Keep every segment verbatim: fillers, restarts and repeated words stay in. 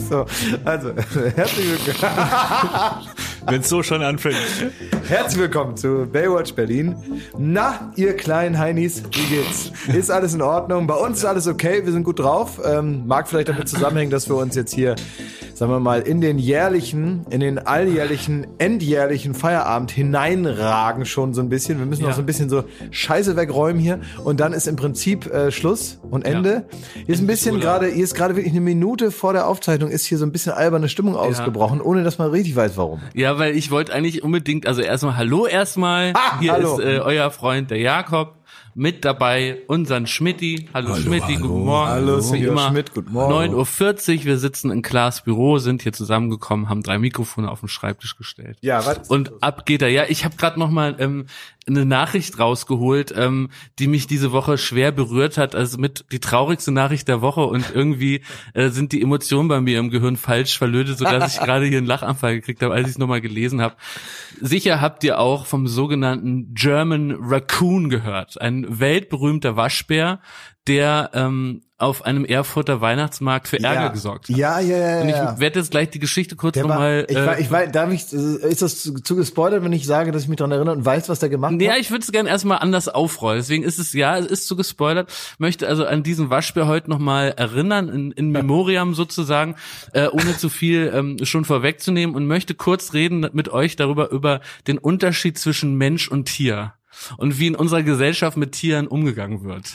So, also, herzlich willkommen. Wenn es so schon anfängt. Herzlich willkommen zu Baywatch Berlin. Na, ihr kleinen Heinis, wie geht's? Ist alles in Ordnung? Bei uns ist alles okay, wir sind gut drauf. Ähm, mag vielleicht damit zusammenhängen, dass wir uns jetzt hier, sagen wir mal, in den jährlichen, in den alljährlichen, endjährlichen Feierabend hineinragen schon so ein bisschen. Wir müssen Ja. noch so ein bisschen so Scheiße wegräumen hier und dann ist im Prinzip äh, Schluss und Ende. Ja. Hier ist ein bisschen gerade, hier ist gerade wirklich eine Minute vor der Aufzeichnung ist hier so ein bisschen alberne Stimmung ausgebrochen, ohne dass man richtig weiß, warum. Ja, weil ich wollte eigentlich unbedingt, also erstmal Hallo erstmal. Ah, Hier hallo. ist äh, euer Freund, der Jakob. Mit dabei unseren Schmidti. Hallo, Hallo, Schmidti, hallo. guten Morgen. Hallo, Wie Senior immer. Schmidt, guten Morgen. neun Uhr vierzig, wir sitzen in Klaas Büro, sind hier zusammengekommen, haben drei Mikrofone auf den Schreibtisch gestellt. Ja, was? Und ab geht er. Ja, ich habe gerade noch mal ähm, eine Nachricht rausgeholt, ähm, die mich diese Woche schwer berührt hat, also mit die traurigste Nachricht der Woche und irgendwie äh, sind die Emotionen bei mir im Gehirn falsch verlötet, sodass ich gerade hier einen Lachanfall gekriegt habe, als ich es nochmal gelesen habe. Sicher habt ihr auch vom sogenannten German Raccoon gehört, ein weltberühmter Waschbär, der ähm, auf einem Erfurter Weihnachtsmarkt für Ärger ja. gesorgt hat. Ja, ja, ja, Und ich ja. werde jetzt gleich die Geschichte kurz Der war, nochmal... ich, äh, war, ich weiß, darf ich, ist das zu, zu gespoilert, wenn ich sage, dass ich mich daran erinnere und weiß, was der gemacht Ja, hat? ich würde es gerne erstmal anders aufrollen. Deswegen ist es, ja, es ist zu gespoilert. Möchte also an diesen Waschbär heute nochmal erinnern, in, in Memoriam sozusagen, äh, ohne zu viel ähm, schon vorwegzunehmen und möchte kurz reden mit euch darüber, über den Unterschied zwischen Mensch und Tier. Und wie in unserer Gesellschaft mit Tieren umgegangen wird.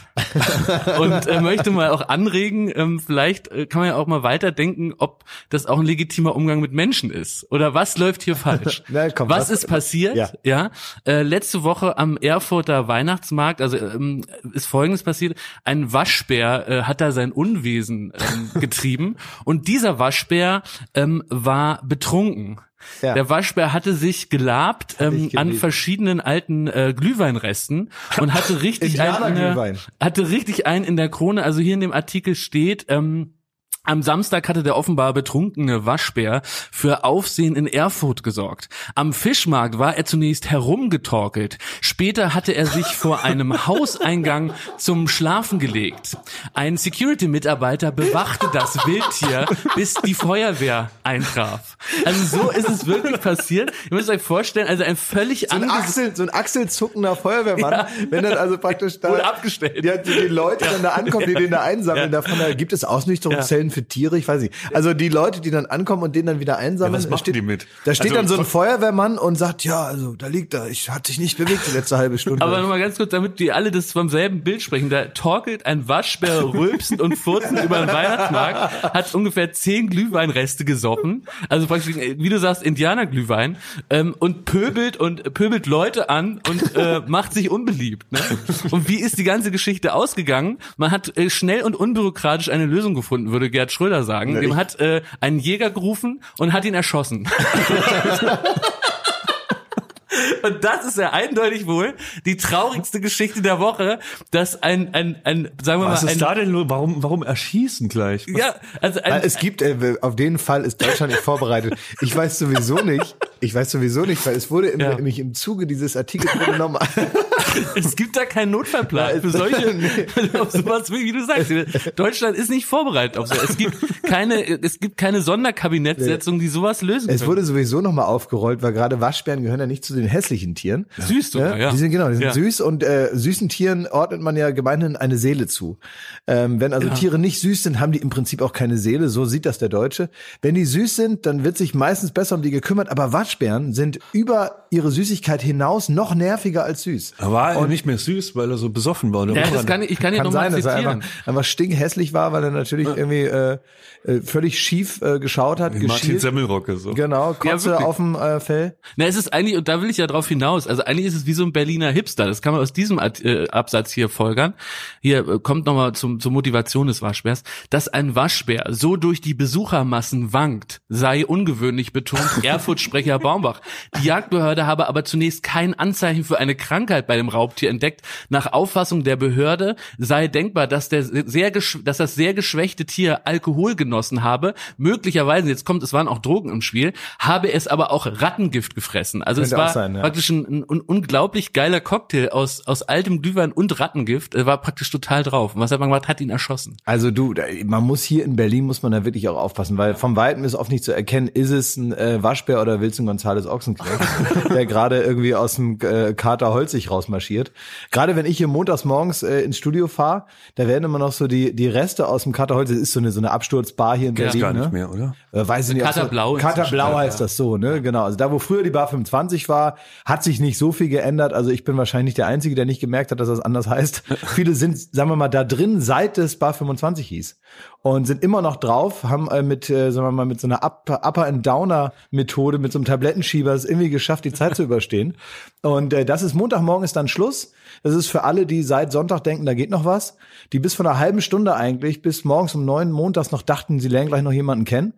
Und äh, möchte mal auch anregen, ähm, vielleicht äh, kann man ja auch mal weiterdenken, ob das auch ein legitimer Umgang mit Menschen ist. Oder was läuft hier falsch? Na, komm, was, was- ist passiert? Ja. Ja, äh, letzte Woche am Erfurter Weihnachtsmarkt, also ähm, ist Folgendes passiert: Ein Waschbär äh, hat da sein Unwesen ähm, getrieben und dieser Waschbär ähm, war betrunken. Ja. Der Waschbär hatte sich gelabt ähm, ich an gelesen. verschiedenen alten äh, Glühweinresten und hatte richtig einen, in der, Indianerglühwein. hatte richtig einen in der Krone. Also hier in dem Artikel steht, ähm, am Samstag hatte der offenbar betrunkene Waschbär für Aufsehen in Erfurt gesorgt. Am Fischmarkt war er zunächst herumgetorkelt. Später hatte er sich vor einem Hauseingang zum Schlafen gelegt. Ein Security-Mitarbeiter bewachte das Wildtier, bis die Feuerwehr eintraf. Also so ist es wirklich passiert. Ihr müsst euch vorstellen, also ein völlig So ein, anges- Achsel, so ein achselzuckender Feuerwehrmann, Ja. wenn dann also praktisch da Wurde abgestellt. Ja, die, die Leute dann da ankommen, die den da einsammeln, Ja. davon da gibt es Ausnüchterungszellen für Tiere, ich weiß nicht. Also die Leute, die dann ankommen und den dann wieder einsammeln, Ja, was da machen steht, die mit? da steht Also, dann so ein von- Feuerwehrmann und sagt, ja, also da liegt er, ich hat sich nicht bewegt die letzte halbe Stunde. Aber nochmal ganz kurz, damit die alle das vom selben Bild sprechen. Da torkelt ein Waschbär rülpsend und furzend über den Weihnachtsmarkt, hat ungefähr zehn Glühweinreste gesoffen, also praktisch, wie du sagst, Indianerglühwein, ähm, und pöbelt und pöbelt Leute an und äh, macht sich unbeliebt. Ne? Und wie ist die ganze Geschichte ausgegangen? Man hat äh, schnell und unbürokratisch eine Lösung gefunden, würde Gerd Schröder sagen. Dem hat äh, einen Jäger gerufen und hat ihn erschossen. Und das ist ja eindeutig wohl die traurigste Geschichte der Woche, dass ein, ein, ein, sagen wir Was mal, ist ein, da denn los? Warum, warum erschießen gleich? Was? ja, also ein, es gibt, äh, auf den Fall ist Deutschland nicht vorbereitet. Ich weiß sowieso nicht, ich weiß sowieso nicht, weil es wurde im, Ja. nämlich im Zuge dieses Artikels genommen. es gibt da keinen Notfallplan für solche, auf sowas, wie du sagst. Deutschland ist nicht vorbereitet auf so. Es gibt keine, es gibt keine Sonderkabinettssitzung, die sowas lösen Es können. wurde sowieso nochmal aufgerollt, weil gerade Waschbären gehören ja nicht zu den hässlichen Tieren. Süß sogar, ja. Die sind genau, die sind Ja. süß und äh, süßen Tieren ordnet man ja gemeinhin eine Seele zu. Ähm, wenn also Ja. Tiere nicht süß sind, haben die im Prinzip auch keine Seele, so sieht das der Deutsche. Wenn die süß sind, dann wird sich meistens besser um die gekümmert, aber Waschbären sind über ihre Süßigkeit hinaus noch nerviger als süß. Er war und nicht mehr süß, weil er so besoffen war. Ja, das kann ich, ich kann dir Kann nochmal sein, dass er zitieren. einfach, einfach stinkhässlich war, weil er natürlich irgendwie äh, äh, völlig schief äh, geschaut hat, Martin geschielt. Semmelrocke so. Genau, Ja, Kotze wirklich. auf dem äh, Fell. Na, es ist eigentlich, und da will ich ja drauf hinaus, also eigentlich ist es wie so ein Berliner Hipster, das kann man aus diesem At- äh, Absatz hier folgern. Hier äh, kommt nochmal zum, zur Motivation des Waschbärs. Dass ein Waschbär so durch die Besuchermassen wankt, sei ungewöhnlich, betont Erfurt-Sprecher Baumbach. Die Jagdbehörde habe aber zunächst kein Anzeichen für eine Krankheit bei bei dem Raubtier entdeckt. Nach Auffassung der Behörde sei denkbar, dass der sehr gesch- dass das sehr geschwächte Tier Alkohol genossen habe. Möglicherweise, jetzt kommt, es waren auch Drogen im Spiel, habe es aber auch Rattengift gefressen. Also Könnte es war auch sein, ja. praktisch ein, ein, ein unglaublich geiler Cocktail aus aus altem Glühwein und Rattengift. Er war praktisch total drauf. Und was hat man gemacht? Hat ihn erschossen. Also du, man muss hier in Berlin, muss man da wirklich auch aufpassen, weil vom Weitem ist oft nicht zu erkennen, ist es ein äh, Waschbär oder Wilson Gonzales Ochsenknecht, der gerade irgendwie aus dem äh, Kater Holzig rausmarschiert. Gerade wenn ich hier montags morgens äh, ins Studio fahre, da werden immer noch so die die Reste aus dem Kater Holzig, das ist so eine so eine Absturzbar hier in Ja, Berlin, Gar ne? nicht mehr, oder? Äh, weiß ich nicht. Kater ob so- Blau Kater inzwischen, Blau ja. heißt das so, ne? Genau. Also da, wo früher die Bar fünfundzwanzig war, hat sich nicht so viel geändert. Also ich bin wahrscheinlich nicht der Einzige, der nicht gemerkt hat, dass das anders heißt. Viele sind, sagen wir mal, da drin, seit es Bar fünfundzwanzig hieß. Und sind immer noch drauf, haben äh, mit, äh, sagen wir mal, mit so einer Upper, Upper and Downer Methode, mit so einem Tablettenschieber es irgendwie geschafft, die Zeit zu überstehen. Und äh, das ist Montagmorgen ist dann Schluss. Das ist für alle, die seit Sonntag denken, da geht noch was. Die bis vor einer halben Stunde eigentlich, bis morgens um neun montags noch dachten, sie lernen gleich noch jemanden kennen.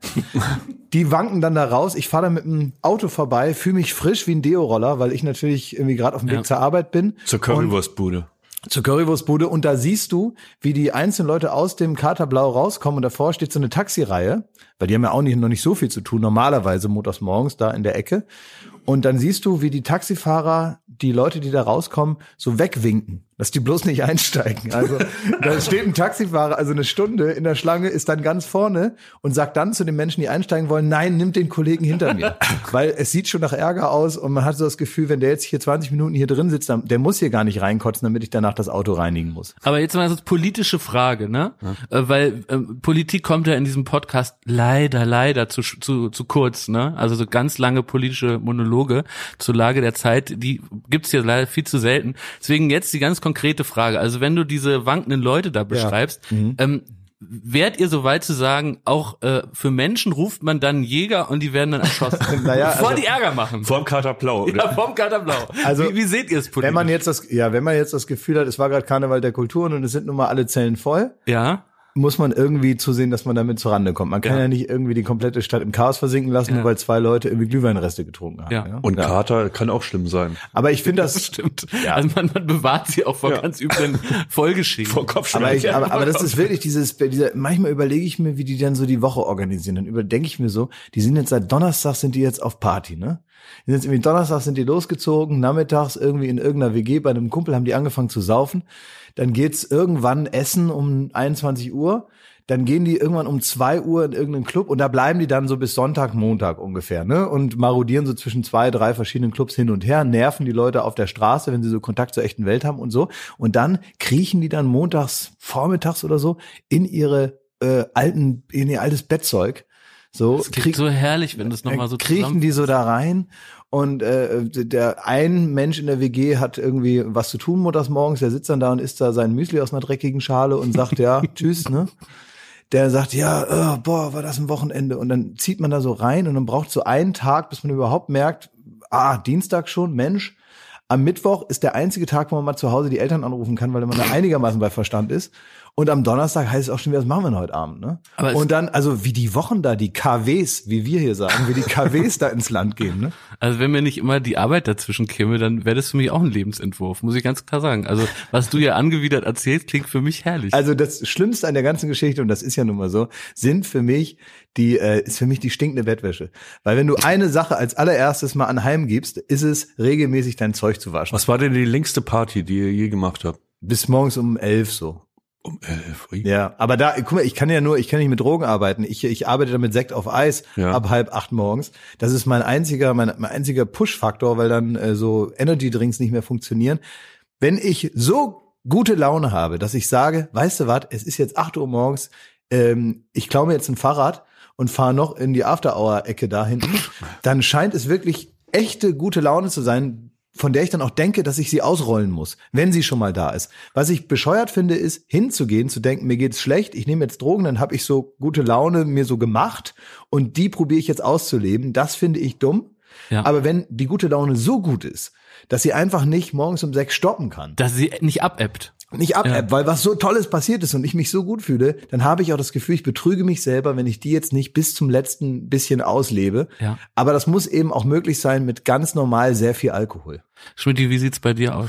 Die wanken dann da raus. Ich fahre da mit dem Auto vorbei, fühle mich frisch wie ein Deo-Roller, weil ich natürlich irgendwie gerade auf dem Weg Ja. zur Arbeit bin. Zur Currywurstbude. Zur Currywurstbude, und da siehst du, wie die einzelnen Leute aus dem Katerblau rauskommen, und davor steht so eine Taxireihe, weil die haben ja auch nicht, noch nicht so viel zu tun, normalerweise montags morgens da in der Ecke. Und dann siehst du, wie die Taxifahrer die Leute, die da rauskommen, so wegwinken, dass die bloß nicht einsteigen. Also da steht ein Taxifahrer, also eine Stunde in der Schlange, ist dann ganz vorne und sagt dann zu den Menschen, die einsteigen wollen, nein, nimmt den Kollegen hinter mir. Weil es sieht schon nach Ärger aus und man hat so das Gefühl, wenn der jetzt hier zwanzig Minuten hier drin sitzt, dann, der muss hier gar nicht reinkotzen, damit ich danach das Auto reinigen muss. Aber jetzt mal so eine politische Frage, ne? Ja. Äh, weil äh, Politik kommt ja in diesem Podcast leider, leider zu, zu, zu kurz, ne? Also so ganz lange politische Monologe zur Lage der Zeit, die gibt's hier leider viel zu selten. Deswegen jetzt die ganz konkrete Frage. Also wenn du diese wankenden Leute da beschreibst, ja. mhm. ähm, wärt ihr so weit zu sagen, auch äh, für Menschen ruft man dann Jäger und die werden dann erschossen, naja, bevor also, die Ärger machen? Vorm Kater Blau, oder? Ja, vorm Kater Blau. Also, wie, wie seht ihr es politisch? Wenn man jetzt das, ja, wenn man jetzt das Gefühl hat, es war gerade Karneval der Kulturen und es sind nun mal alle Zellen voll, ja, muss man irgendwie zusehen, dass man damit zurande kommt. Man kann ja, ja nicht irgendwie die komplette Stadt im Chaos versinken lassen, ja. nur weil zwei Leute irgendwie Glühweinreste getrunken haben. Ja. Ja? Und ja. Kater kann auch schlimm sein. Aber ich finde das, das stimmt. Ja. Also man, man bewahrt sie auch vor ja. ganz üblen Folgeschäden. Vor Kopfschmerzen. Aber, ich, aber, aber das ist wirklich dieses, dieser, manchmal überlege ich mir, wie die dann so die Woche organisieren. Dann überdenke ich mir so, die sind jetzt seit Donnerstag sind die jetzt auf Party, ne? Die sind jetzt irgendwie Donnerstag sind die losgezogen, nachmittags irgendwie in irgendeiner W G bei einem Kumpel haben die angefangen zu saufen. Dann geht's irgendwann essen um einundzwanzig Uhr. Dann gehen die irgendwann um zwei Uhr in irgendeinen Club und da bleiben die dann so bis Sonntag, Montag ungefähr, ne? Und marodieren so zwischen zwei, drei verschiedenen Clubs hin und her, nerven die Leute auf der Straße, wenn sie so Kontakt zur echten Welt haben und so. Und dann kriechen die dann montags, vormittags oder so in ihre äh, alten, in ihr altes Bettzeug. So, das klingt so herrlich, wenn das nochmal so kriechen die so da rein. Und äh, der ein Mensch in der W G hat irgendwie was zu tun montags morgens, der sitzt dann da und isst da sein Müsli aus einer dreckigen Schale und sagt, ja, tschüss, ne? Der sagt, ja, oh, boah, war das ein Wochenende. Und dann zieht man da so rein und dann braucht so einen Tag, bis man überhaupt merkt, ah, Dienstag schon, Mensch. Am Mittwoch ist der einzige Tag, wo man mal zu Hause die Eltern anrufen kann, weil man da einigermaßen bei Verstand ist. Und am Donnerstag heißt es auch schon wieder, was machen wir denn heute Abend, ne? Aber und dann, also wie die Wochen da, die K Ws, wie wir hier sagen, wie die K Ws da ins Land gehen, ne? Also wenn mir nicht immer die Arbeit dazwischen käme, dann wäre das für mich auch ein Lebensentwurf, muss ich ganz klar sagen. Also was du ja angewidert erzählst, klingt für mich herrlich. Also das Schlimmste an der ganzen Geschichte, und das ist ja nun mal so, sind für mich die, äh, ist für mich die stinkende Bettwäsche. Weil wenn du eine Sache als allererstes mal anheim gibst, ist es regelmäßig dein Zeug zu waschen. Was war denn die längste Party, die ihr je gemacht habt? Bis morgens um elf so. Um elf Uhr? Ja, aber da, guck mal, ich kann ja nur, ich kann nicht mit Drogen arbeiten. Ich, ich arbeite da mit Sekt auf Eis ja. ab halb acht morgens. Das ist mein einziger, mein, mein einziger Push-Faktor, weil dann äh, so Energy-Drinks nicht mehr funktionieren. Wenn ich so gute Laune habe, dass ich sage, weißt du was, es ist jetzt acht Uhr morgens, ähm, ich klaue mir jetzt ein Fahrrad und fahre noch in die After-Hour-Ecke da hinten, dann scheint es wirklich echte gute Laune zu sein, von der ich dann auch denke, dass ich sie ausrollen muss, wenn sie schon mal da ist. Was ich bescheuert finde, ist hinzugehen, zu denken, mir geht's schlecht, ich nehme jetzt Drogen, dann habe ich so gute Laune mir so gemacht und die probiere ich jetzt auszuleben. Das finde ich dumm. Ja. Aber wenn die gute Laune so gut ist, dass sie einfach nicht morgens um sechs stoppen kann. Dass sie nicht abebbt. Nicht abebbt, ja. Weil was so Tolles passiert ist und ich mich so gut fühle, dann habe ich auch das Gefühl, ich betrüge mich selber, wenn ich die jetzt nicht bis zum letzten bisschen auslebe. Ja. Aber das muss eben auch möglich sein mit ganz normal sehr viel Alkohol. Schmidti, wie sieht's bei dir aus?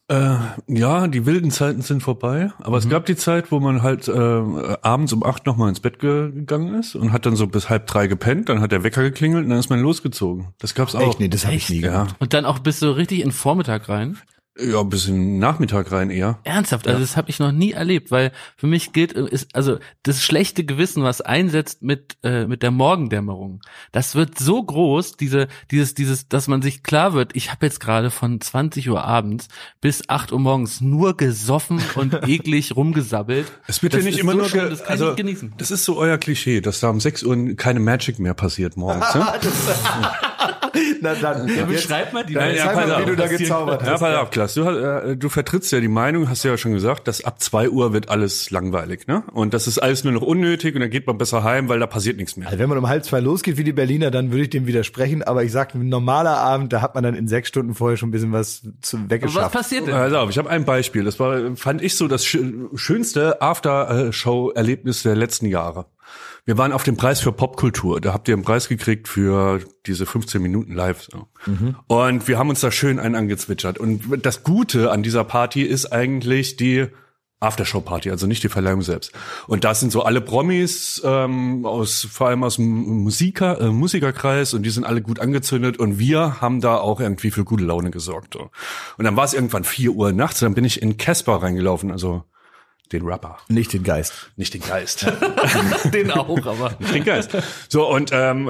Äh, ja, die wilden Zeiten sind vorbei, aber mhm. es gab die Zeit, wo man halt äh, abends um acht nochmal ins Bett ge- gegangen ist und hat dann so bis halb drei gepennt, dann hat der Wecker geklingelt und dann ist man losgezogen. Das gab's auch. Echt? Nee, das habe ich nie gemacht. Ja. Und dann auch bis so richtig in den Vormittag rein? Ja, bis in den Nachmittag rein eher. Ernsthaft? Also ja. Das habe ich noch nie erlebt, weil für mich gilt, ist also das schlechte Gewissen, was einsetzt mit äh, mit der Morgendämmerung. Das wird so groß, diese dieses dieses, dass man sich klar wird, ich habe jetzt gerade von zwanzig Uhr abends bis acht Uhr morgens nur gesoffen und eklig rumgesabbelt. Es wird ja nicht immer so nur, schön, das kann also ich genießen. Das ist so euer Klischee, dass da um sechs Uhr keine Magic mehr passiert morgens. Ne? Na dann, ja, beschreib mal die Nein, ja, mal, wie auf, du da gezaubert hast. Ja, pass auf, Klaas, du, äh, du vertrittst ja die Meinung, hast ja schon gesagt, dass ab zwei Uhr wird alles langweilig, ne? Und das ist alles nur noch unnötig und dann geht man besser heim, weil da passiert nichts mehr. Also wenn man um halb zwei losgeht wie die Berliner, dann würde ich dem widersprechen, aber ich sag, ein normaler Abend, da hat man dann in sechs Stunden vorher schon ein bisschen was zu weggeschafft. Aber was passiert denn? Also, ich habe ein Beispiel, das war, fand ich so das schönste After-Show-Erlebnis der letzten Jahre. Wir waren auf dem Preis für Popkultur. Da habt ihr einen Preis gekriegt für diese fünfzehn Minuten live. So. Mhm. Und wir haben uns da schön einen angezwitschert. Und das Gute an dieser Party ist eigentlich die Aftershow-Party, also nicht die Verleihung selbst. Und da sind so alle Promis, ähm, aus, vor allem aus dem Musiker, äh, Musikerkreis, und die sind alle gut angezündet. Und wir haben da auch irgendwie für gute Laune gesorgt. So. Und dann war es irgendwann vier Uhr nachts. Dann bin ich in Casper reingelaufen, also den Rapper. Nicht den Geist. Nicht den Geist. Den auch, aber. Nicht den Geist. So, und ähm,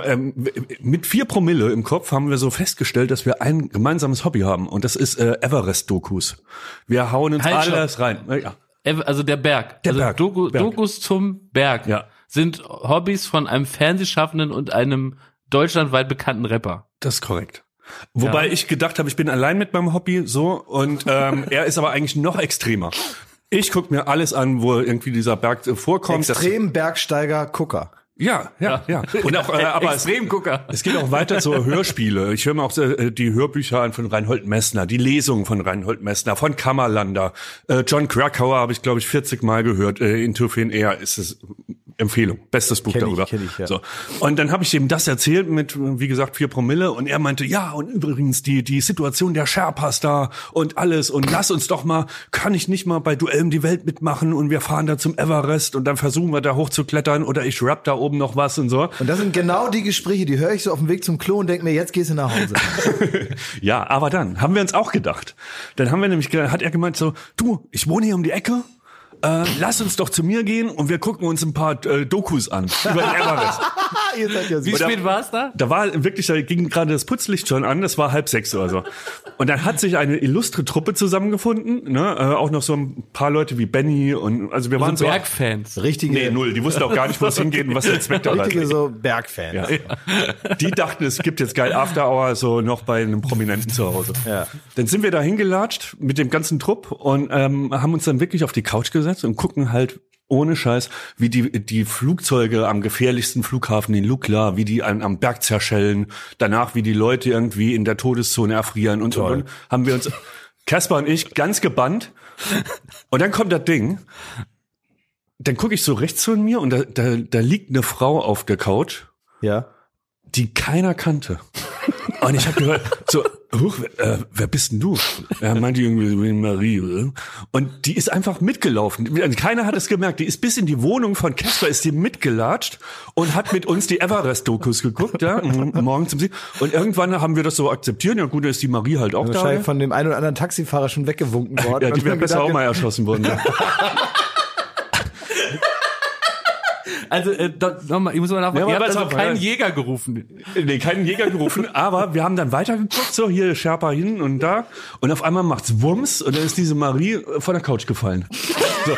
mit vier Promille im Kopf haben wir so festgestellt, dass wir ein gemeinsames Hobby haben. Und das ist äh, Everest-Dokus. Wir hauen uns halt alles rein. Ja. Also der Berg. Der also Berg. Doku, Berg. Dokus zum Berg Ja. sind Hobbys von einem Fernsehschaffenden und einem deutschlandweit bekannten Rapper. Das ist korrekt. Wobei Ja. ich gedacht habe, ich bin allein mit meinem Hobby, so, und ähm, er ist aber eigentlich noch extremer. Ich guck mir alles an, wo irgendwie dieser Berg äh, vorkommt. Extrem Bergsteiger Gucker. Ja, ja, ja. Und auch, äh, aber Extremgucker. Es, es geht auch weiter zu Hörspiele. Ich höre mir auch äh, die Hörbücher an von Reinhold Messner, die Lesungen von Reinhold Messner, von Kammerlander. Äh, John Krakauer habe ich, glaube ich, vierzig Mal gehört. Äh, in Tüfingen Air ist es Empfehlung. Bestes Buch kenn darüber. Ich, kenn ich, ja. So. Und dann habe ich ihm das erzählt mit, wie gesagt, vier Promille. Und er meinte, ja, und übrigens die die Situation der Sherpas da und alles. Und lass uns doch mal, kann ich nicht mal bei Duell um die Welt mitmachen und wir fahren da zum Everest und dann versuchen wir da hochzuklettern oder ich rap da oben noch was und so. Und das sind genau die Gespräche, die höre ich so auf dem Weg zum Klo und denke mir, jetzt gehst du nach Hause. Ja, aber dann haben wir uns auch gedacht. Dann haben wir nämlich, hat er gemeint so, du, ich wohne hier um die Ecke. Äh, lass uns doch zu mir gehen und wir gucken uns ein paar äh, Dokus an über den Everest. Ihr seid ja Wie super. spät war es da? Da war wirklich, da ging gerade das Putzlicht schon an, das war halb sechs oder so. Und dann hat sich eine illustre Truppe zusammengefunden, ne? äh, auch noch so ein paar Leute wie Benny und also wir waren Also so Bergfans. Richtige, Nee, null. Die wussten auch gar nicht, wo es hingeht und was der Zweck dabei richtige ist. so Bergfans. Ja. Die dachten, es gibt jetzt geil After Hour so noch bei einem Prominenten zu Hause. Ja. Dann sind wir da hingelatscht mit dem ganzen Trupp und ähm, haben uns dann wirklich auf die Couch gesetzt und gucken halt ohne Scheiß, wie die die Flugzeuge am gefährlichsten Flughafen in Lukla, wie die an, am Berg zerschellen, danach wie die Leute irgendwie in der Todeszone erfrieren und so. Und haben wir uns, Kasper und ich, ganz gebannt. Und dann kommt das Ding. Dann gucke ich so rechts von mir und da, da, da liegt eine Frau auf der Couch, Ja. die keiner kannte. Und ich habe gehört, so, huch, äh, wer bist denn du? Er meinte irgendwie Marie, oder? Und die ist einfach mitgelaufen. Keiner hat es gemerkt. Die ist bis in die Wohnung von Kasper, ist die mitgelatscht und hat mit uns die Everest-Dokus geguckt, ja, morgen zum Sieg. Und irgendwann haben wir das so akzeptiert. Ja gut, da ist die Marie halt auch da. Wahrscheinlich Ja, von dem einen oder anderen Taxifahrer schon weggewunken worden. ja die Und wäre dann besser gedacht, auch mal erschossen worden. Ja. Also äh, da, nochmal, ich muss mal nachfragen, Ja, ihr habt pass also auf, keinen ja. Jäger gerufen. Nee, keinen Jäger gerufen, aber wir haben dann weitergeguckt, so hier Sherpa hin und da und auf einmal macht's Wumms und dann ist diese Marie von der Couch gefallen. So.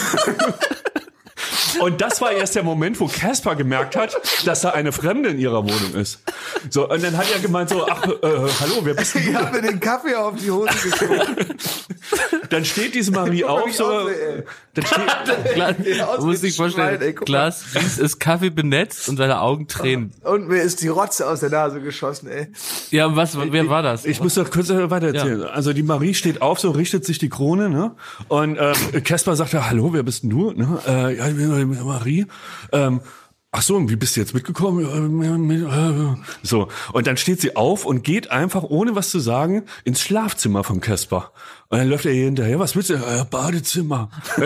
Und das war erst der Moment, wo Kasper gemerkt hat, dass da eine Fremde in ihrer Wohnung ist. So, und dann hat er gemeint so, ach, äh, hallo, wer bist denn Ich du? habe mir den Kaffee auf die Hose geschoben. Dann steht diese Marie auf, mich so, auch, ey. dann steht, Klaas, aus du musst wie dich ein vorstellen, Schwein, ey, guck Klaas Ries ist Kaffee benetzt und seine Augen tränen. Und mir ist die Rotze aus der Nase geschossen, ey. Ja, und was, wer war das? Ich muss doch kurz weiter erzählen. Ja. Also die Marie steht auf, so richtet sich die Krone, ne? Und ähm, Kasper sagt ja, hallo, wer bist denn du? Ne? Äh, ja, ich bin Marie. Ähm, ach so, und wie bist du jetzt mitgekommen? So, und dann steht sie auf und geht einfach, ohne was zu sagen, ins Schlafzimmer von Casper. Und dann läuft er hier hinterher, was willst du? Äh, Badezimmer.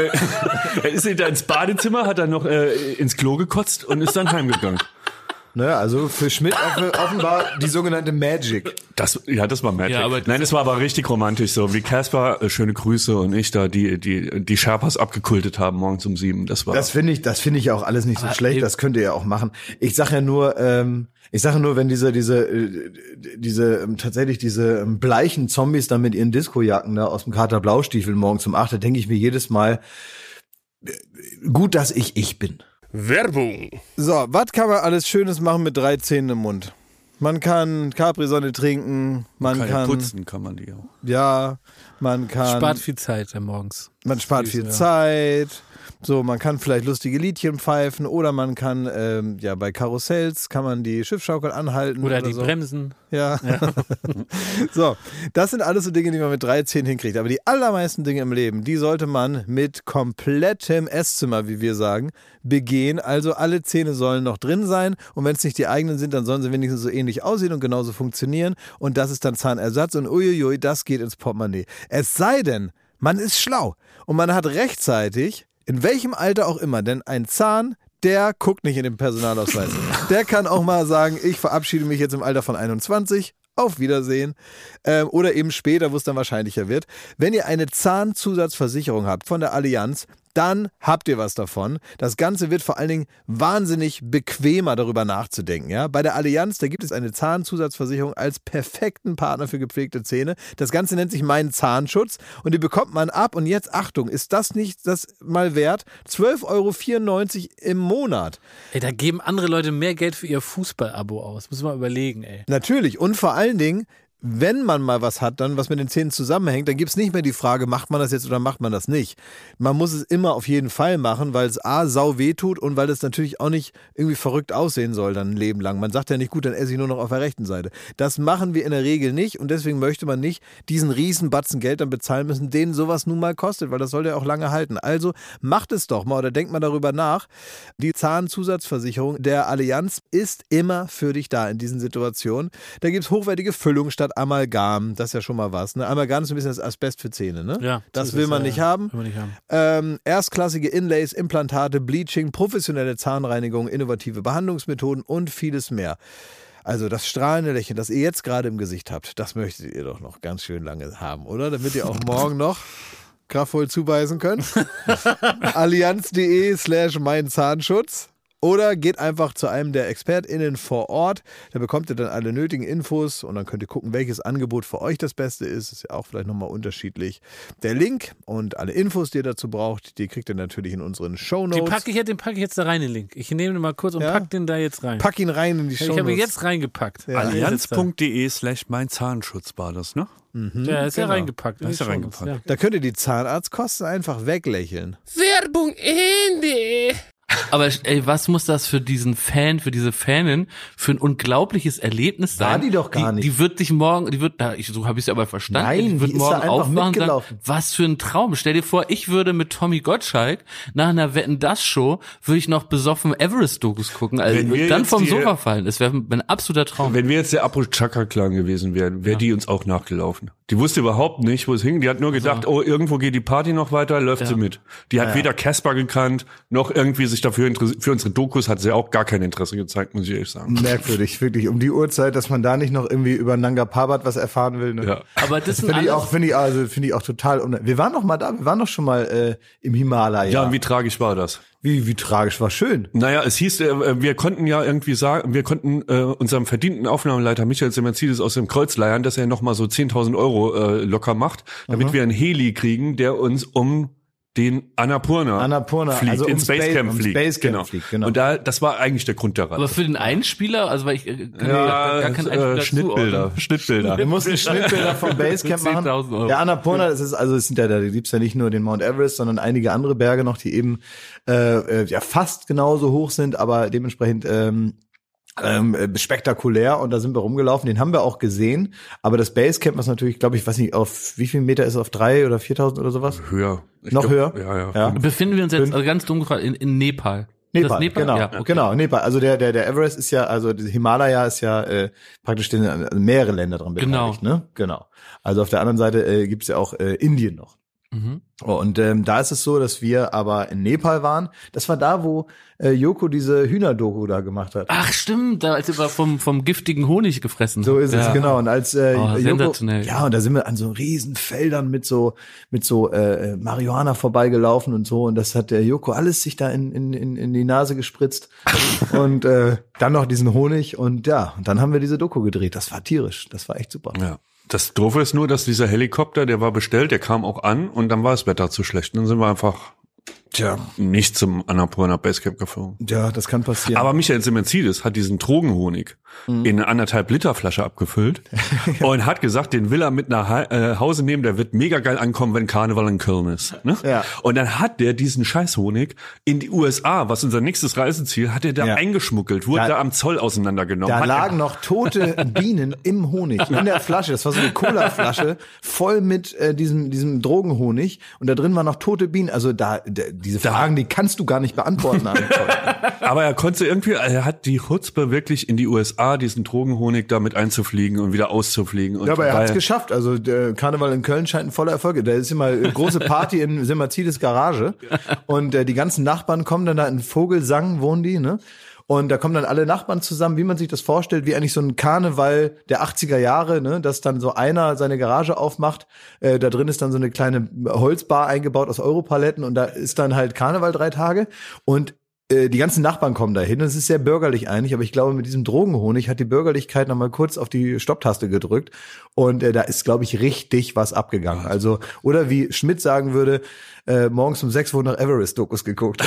Er ist hinter ins Badezimmer, hat dann noch äh, ins Klo gekotzt und ist dann heimgegangen. Naja, also für Schmidt offenbar die sogenannte Magic. Das, ja, das war Magic. Ja, aber Nein, das war aber richtig romantisch, so wie Casper, äh, schöne Grüße, und ich da die die die Sherpas abgekultet haben morgens um sieben. Das war. Das finde ich, das finde ich auch alles nicht so schlecht. Das könnt ihr ja auch machen. Ich sage ja nur, ähm, ich sage nur, wenn diese diese äh, diese ähm, tatsächlich diese ähm, bleichen Zombies da mit ihren Discojacken da aus dem Kater Blaustiefel morgens um acht, da denke ich mir jedes Mal, äh, gut, dass ich ich bin. Werbung. So, was kann man alles Schönes machen mit drei Zähnen im Mund? Man kann Capri-Sonne trinken, man kann, kann putzen, kann man die auch. Ja, man kann Spart viel Zeit ja, morgens. Man spart viel ja. Zeit. So, man kann vielleicht lustige Liedchen pfeifen oder man kann, ähm, ja, bei Karussells kann man die Schiffschaukel anhalten. Oder, oder die so. Bremsen. Ja. ja. So, das sind alles so Dinge, die man mit dreizehn hinkriegt. Aber die allermeisten Dinge im Leben, die sollte man mit komplettem Esszimmer, wie wir sagen, begehen. Also alle Zähne sollen noch drin sein. Und wenn es nicht die eigenen sind, dann sollen sie wenigstens so ähnlich aussehen und genauso funktionieren. Und das ist dann Zahnersatz. Und uiuiui, das geht ins Portemonnaie. Es sei denn, man ist schlau und man hat rechtzeitig, in welchem Alter auch immer, denn ein Zahn, der guckt nicht in den Personalausweis. Der kann auch mal sagen, ich verabschiede mich jetzt im Alter von einundzwanzig, auf Wiedersehen. Ähm, oder eben später, wo es dann wahrscheinlicher wird. Wenn ihr eine Zahnzusatzversicherung habt von der Allianz, dann habt ihr was davon. Das Ganze wird vor allen Dingen wahnsinnig bequemer, darüber nachzudenken. Ja? Bei der Allianz, da gibt es eine Zahnzusatzversicherung als perfekten Partner für gepflegte Zähne. Das Ganze nennt sich Mein Zahnschutz und die bekommt man ab. Und jetzt, Achtung, ist das nicht das mal wert? zwölf Euro vierundneunzig im Monat. Ey, da geben andere Leute mehr Geld für ihr Fußball-Abo aus. Muss man überlegen, ey. Natürlich. Und vor allen Dingen, wenn man mal was hat, dann was mit den Zähnen zusammenhängt, dann gibt es nicht mehr die Frage, macht man das jetzt oder macht man das nicht. Man muss es immer auf jeden Fall machen, weil es A, sau weh tut und weil es natürlich auch nicht irgendwie verrückt aussehen soll dann ein Leben lang. Man sagt ja nicht, gut, dann esse ich nur noch auf der rechten Seite. Das machen wir in der Regel nicht und deswegen möchte man nicht diesen riesen Batzen Geld dann bezahlen müssen, den sowas nun mal kostet, weil das soll ja auch lange halten. Also macht es doch mal oder denkt mal darüber nach. Die Zahnzusatzversicherung der Allianz ist immer für dich da in diesen Situationen. Da gibt es hochwertige Füllung statt Amalgam, das ist ja schon mal was. Ne? Amalgam ist ein bisschen das Asbest für Zähne, ne? Ja, das will man, ja, nicht haben. will man nicht haben. Ähm, erstklassige Inlays, Implantate, Bleaching, professionelle Zahnreinigung, innovative Behandlungsmethoden und vieles mehr. Also das strahlende Lächeln, das ihr jetzt gerade im Gesicht habt, das möchtet ihr doch noch ganz schön lange haben, oder? Damit ihr auch morgen noch kraftvoll zubeißen könnt. Allianz.de slash mein Zahnschutz. Oder geht einfach zu einem der ExpertInnen vor Ort. Da bekommt ihr dann alle nötigen Infos und dann könnt ihr gucken, welches Angebot für euch das Beste ist. Ist ja auch vielleicht nochmal unterschiedlich. Der Link und alle Infos, die ihr dazu braucht, die kriegt ihr natürlich in unseren Shownotes. Den packe ich, den packe ich jetzt da rein, den Link. Ich nehme den mal kurz und ja? pack den da jetzt rein. Pack ihn rein in die Shownotes. Ich habe ihn jetzt reingepackt. Ja. Allianz.de slash mein Zahnschutz war das, ne? Mhm, ja, ist genau. ja reingepackt. Da ist ja reingepackt. Ja. Da könnt ihr die Zahnarztkosten einfach weglächeln. Werbung Ende. Aber ey, was muss das für diesen Fan, für diese Fanin, für ein unglaubliches Erlebnis sein? War die doch gar die, nicht. Die wird dich morgen, die wird, na, ich, so habe ich es aber verstanden. Nein, die wird die ist morgen da einfach aufwachen und sagen, mitgelaufen. was für ein Traum. Stell dir vor, ich würde mit Tommy Gottschalk nach einer Wetten-Das-Show, würde ich noch besoffen Everest-Dokus gucken, also Wenn wir dann jetzt vom die- Sofa fallen. Das wäre ein absoluter Traum. Wenn wir jetzt der Apo Chaka-Clan gewesen wären, wäre Ja. die uns auch nachgelaufen. Die wusste überhaupt nicht, wo es hing. Die hat nur gedacht, oh, irgendwo geht die Party noch weiter, läuft Ja. sie mit. Die hat weder Casper gekannt, noch irgendwie sich dafür interessiert. Für unsere Dokus hat sie auch gar kein Interesse gezeigt, muss ich ehrlich sagen. Merkwürdig, wirklich. Um die Uhrzeit, dass man da nicht noch irgendwie über Nanga Parbat was erfahren will. Ne? Ja. Aber das sind Finde ich alles, auch, finde ich, also finde ich auch total. Un- wir waren noch mal da, wir waren doch schon mal äh, im Himalaya. Ja, und wie tragisch war das? wie, wie tragisch, war schön. Naja, es hieß, äh, wir konnten ja irgendwie sagen, wir konnten äh, unserem verdienten Aufnahmeleiter Michael Semerzides aus dem Kreuz leiern, dass er noch mal so zehntausend Euro äh, locker macht, damit wir einen Heli kriegen, der uns um den Annapurna, Annapurna, fliegt, also ins ums Space- Basecamp ums fliegt. Basecamp genau. fliegt, genau. Und da, das war eigentlich der Grund der aber Reise. für den Einspieler, also weil ich äh, kann Ja, gar, gar keinen Einspieler äh, Schnittbilder, zuordnen. Schnittbilder. Wir mussten Schnittbilder vom Basecamp machen. zehntausend Euro. Der Annapurna, das ist also, es sind ja da, da gibt's ja nicht nur den Mount Everest, sondern einige andere Berge noch, die eben äh, ja fast genauso hoch sind, aber dementsprechend ähm, ähm, spektakulär, und da sind wir rumgelaufen, den haben wir auch gesehen, aber das Basecamp, was natürlich, glaube ich, weiß nicht, auf wie viel Meter ist es, auf drei oder viertausend oder sowas? Höher. Ich Noch glaub, höher? Ja, ja. Ja. Befinden wir uns jetzt, also ganz dumm gefragt, in, in Nepal. Nepal, das Nepal? genau, Ja, okay. genau, Nepal. Also der der der Everest ist ja, also der Himalaya ist ja äh, praktisch den, also mehrere Länder dran beteiligt, Genau. ne? Genau. Also auf der anderen Seite äh, gibt's ja auch äh, Indien noch. Mhm. Und ähm, da ist es so, dass wir aber in Nepal waren. Das war da, wo äh, Joko diese Hühnerdoku da gemacht hat. Ach stimmt, da als er vom vom giftigen Honig gefressen So ist es, ja. genau. Und als äh, Oh, Joko, sensationell. ja, und da sind wir an so riesen Feldern mit so mit so äh, Marihuana vorbeigelaufen und so. Und das hat der Joko alles sich da in in in, in die Nase gespritzt und äh, dann noch diesen Honig und ja, und dann haben wir diese Doku gedreht. Das war tierisch, das war echt super. Ja. Das Doofe ist nur, dass dieser Helikopter, der war bestellt, der kam auch an und dann war das Wetter zu schlecht. Dann sind wir einfach Tja, nicht zum Annapurna Basecamp geflogen. ja, das kann passieren. Aber Michael Semenzides hat diesen Drogenhonig Mhm. in eine anderthalb Liter Flasche abgefüllt und hat gesagt, den will er mit nach Ha- äh, Hause nehmen, der wird mega geil ankommen, wenn Karneval in Köln ist. Ne? Ja. Und dann hat der diesen Scheißhonig in die U S A, was unser nächstes Reiseziel, hat er da Ja. eingeschmuggelt, wurde Da- da am Zoll auseinandergenommen. Da Hat lagen noch tote Bienen im Honig, in der Flasche. Das war so eine Cola-Flasche, voll mit äh, diesem diesem Drogenhonig. Und da drin waren noch tote Bienen. Also da, da diese Fragen, die kannst du gar nicht beantworten. Aber er konnte irgendwie, er hat die Chutzpe wirklich in die U S A, diesen Drogenhonig da mit einzufliegen und wieder auszufliegen. Und Ja, aber er hat es weil- geschafft. Also der Karneval in Köln scheint ein voller Erfolg. Da ist immer eine große Party in Semenzides Garage. Und äh, die ganzen Nachbarn kommen dann da in Vogelsang, wohnen die, ne? Und da kommen dann alle Nachbarn zusammen, wie man sich das vorstellt, wie eigentlich so ein Karneval der achtziger Jahre, ne, dass dann so einer seine Garage aufmacht, äh, da drin ist dann so eine kleine Holzbar eingebaut aus Europaletten und da ist dann halt Karneval drei Tage und äh, die ganzen Nachbarn kommen da hin. Es ist sehr bürgerlich eigentlich, aber ich glaube, mit diesem Drogenhonig hat die Bürgerlichkeit nochmal kurz auf die Stopptaste gedrückt und äh, da ist, glaube ich, richtig was abgegangen. Also, oder wie Schmidt sagen würde, äh, morgens um sechs wurden noch Everest-Dokus geguckt.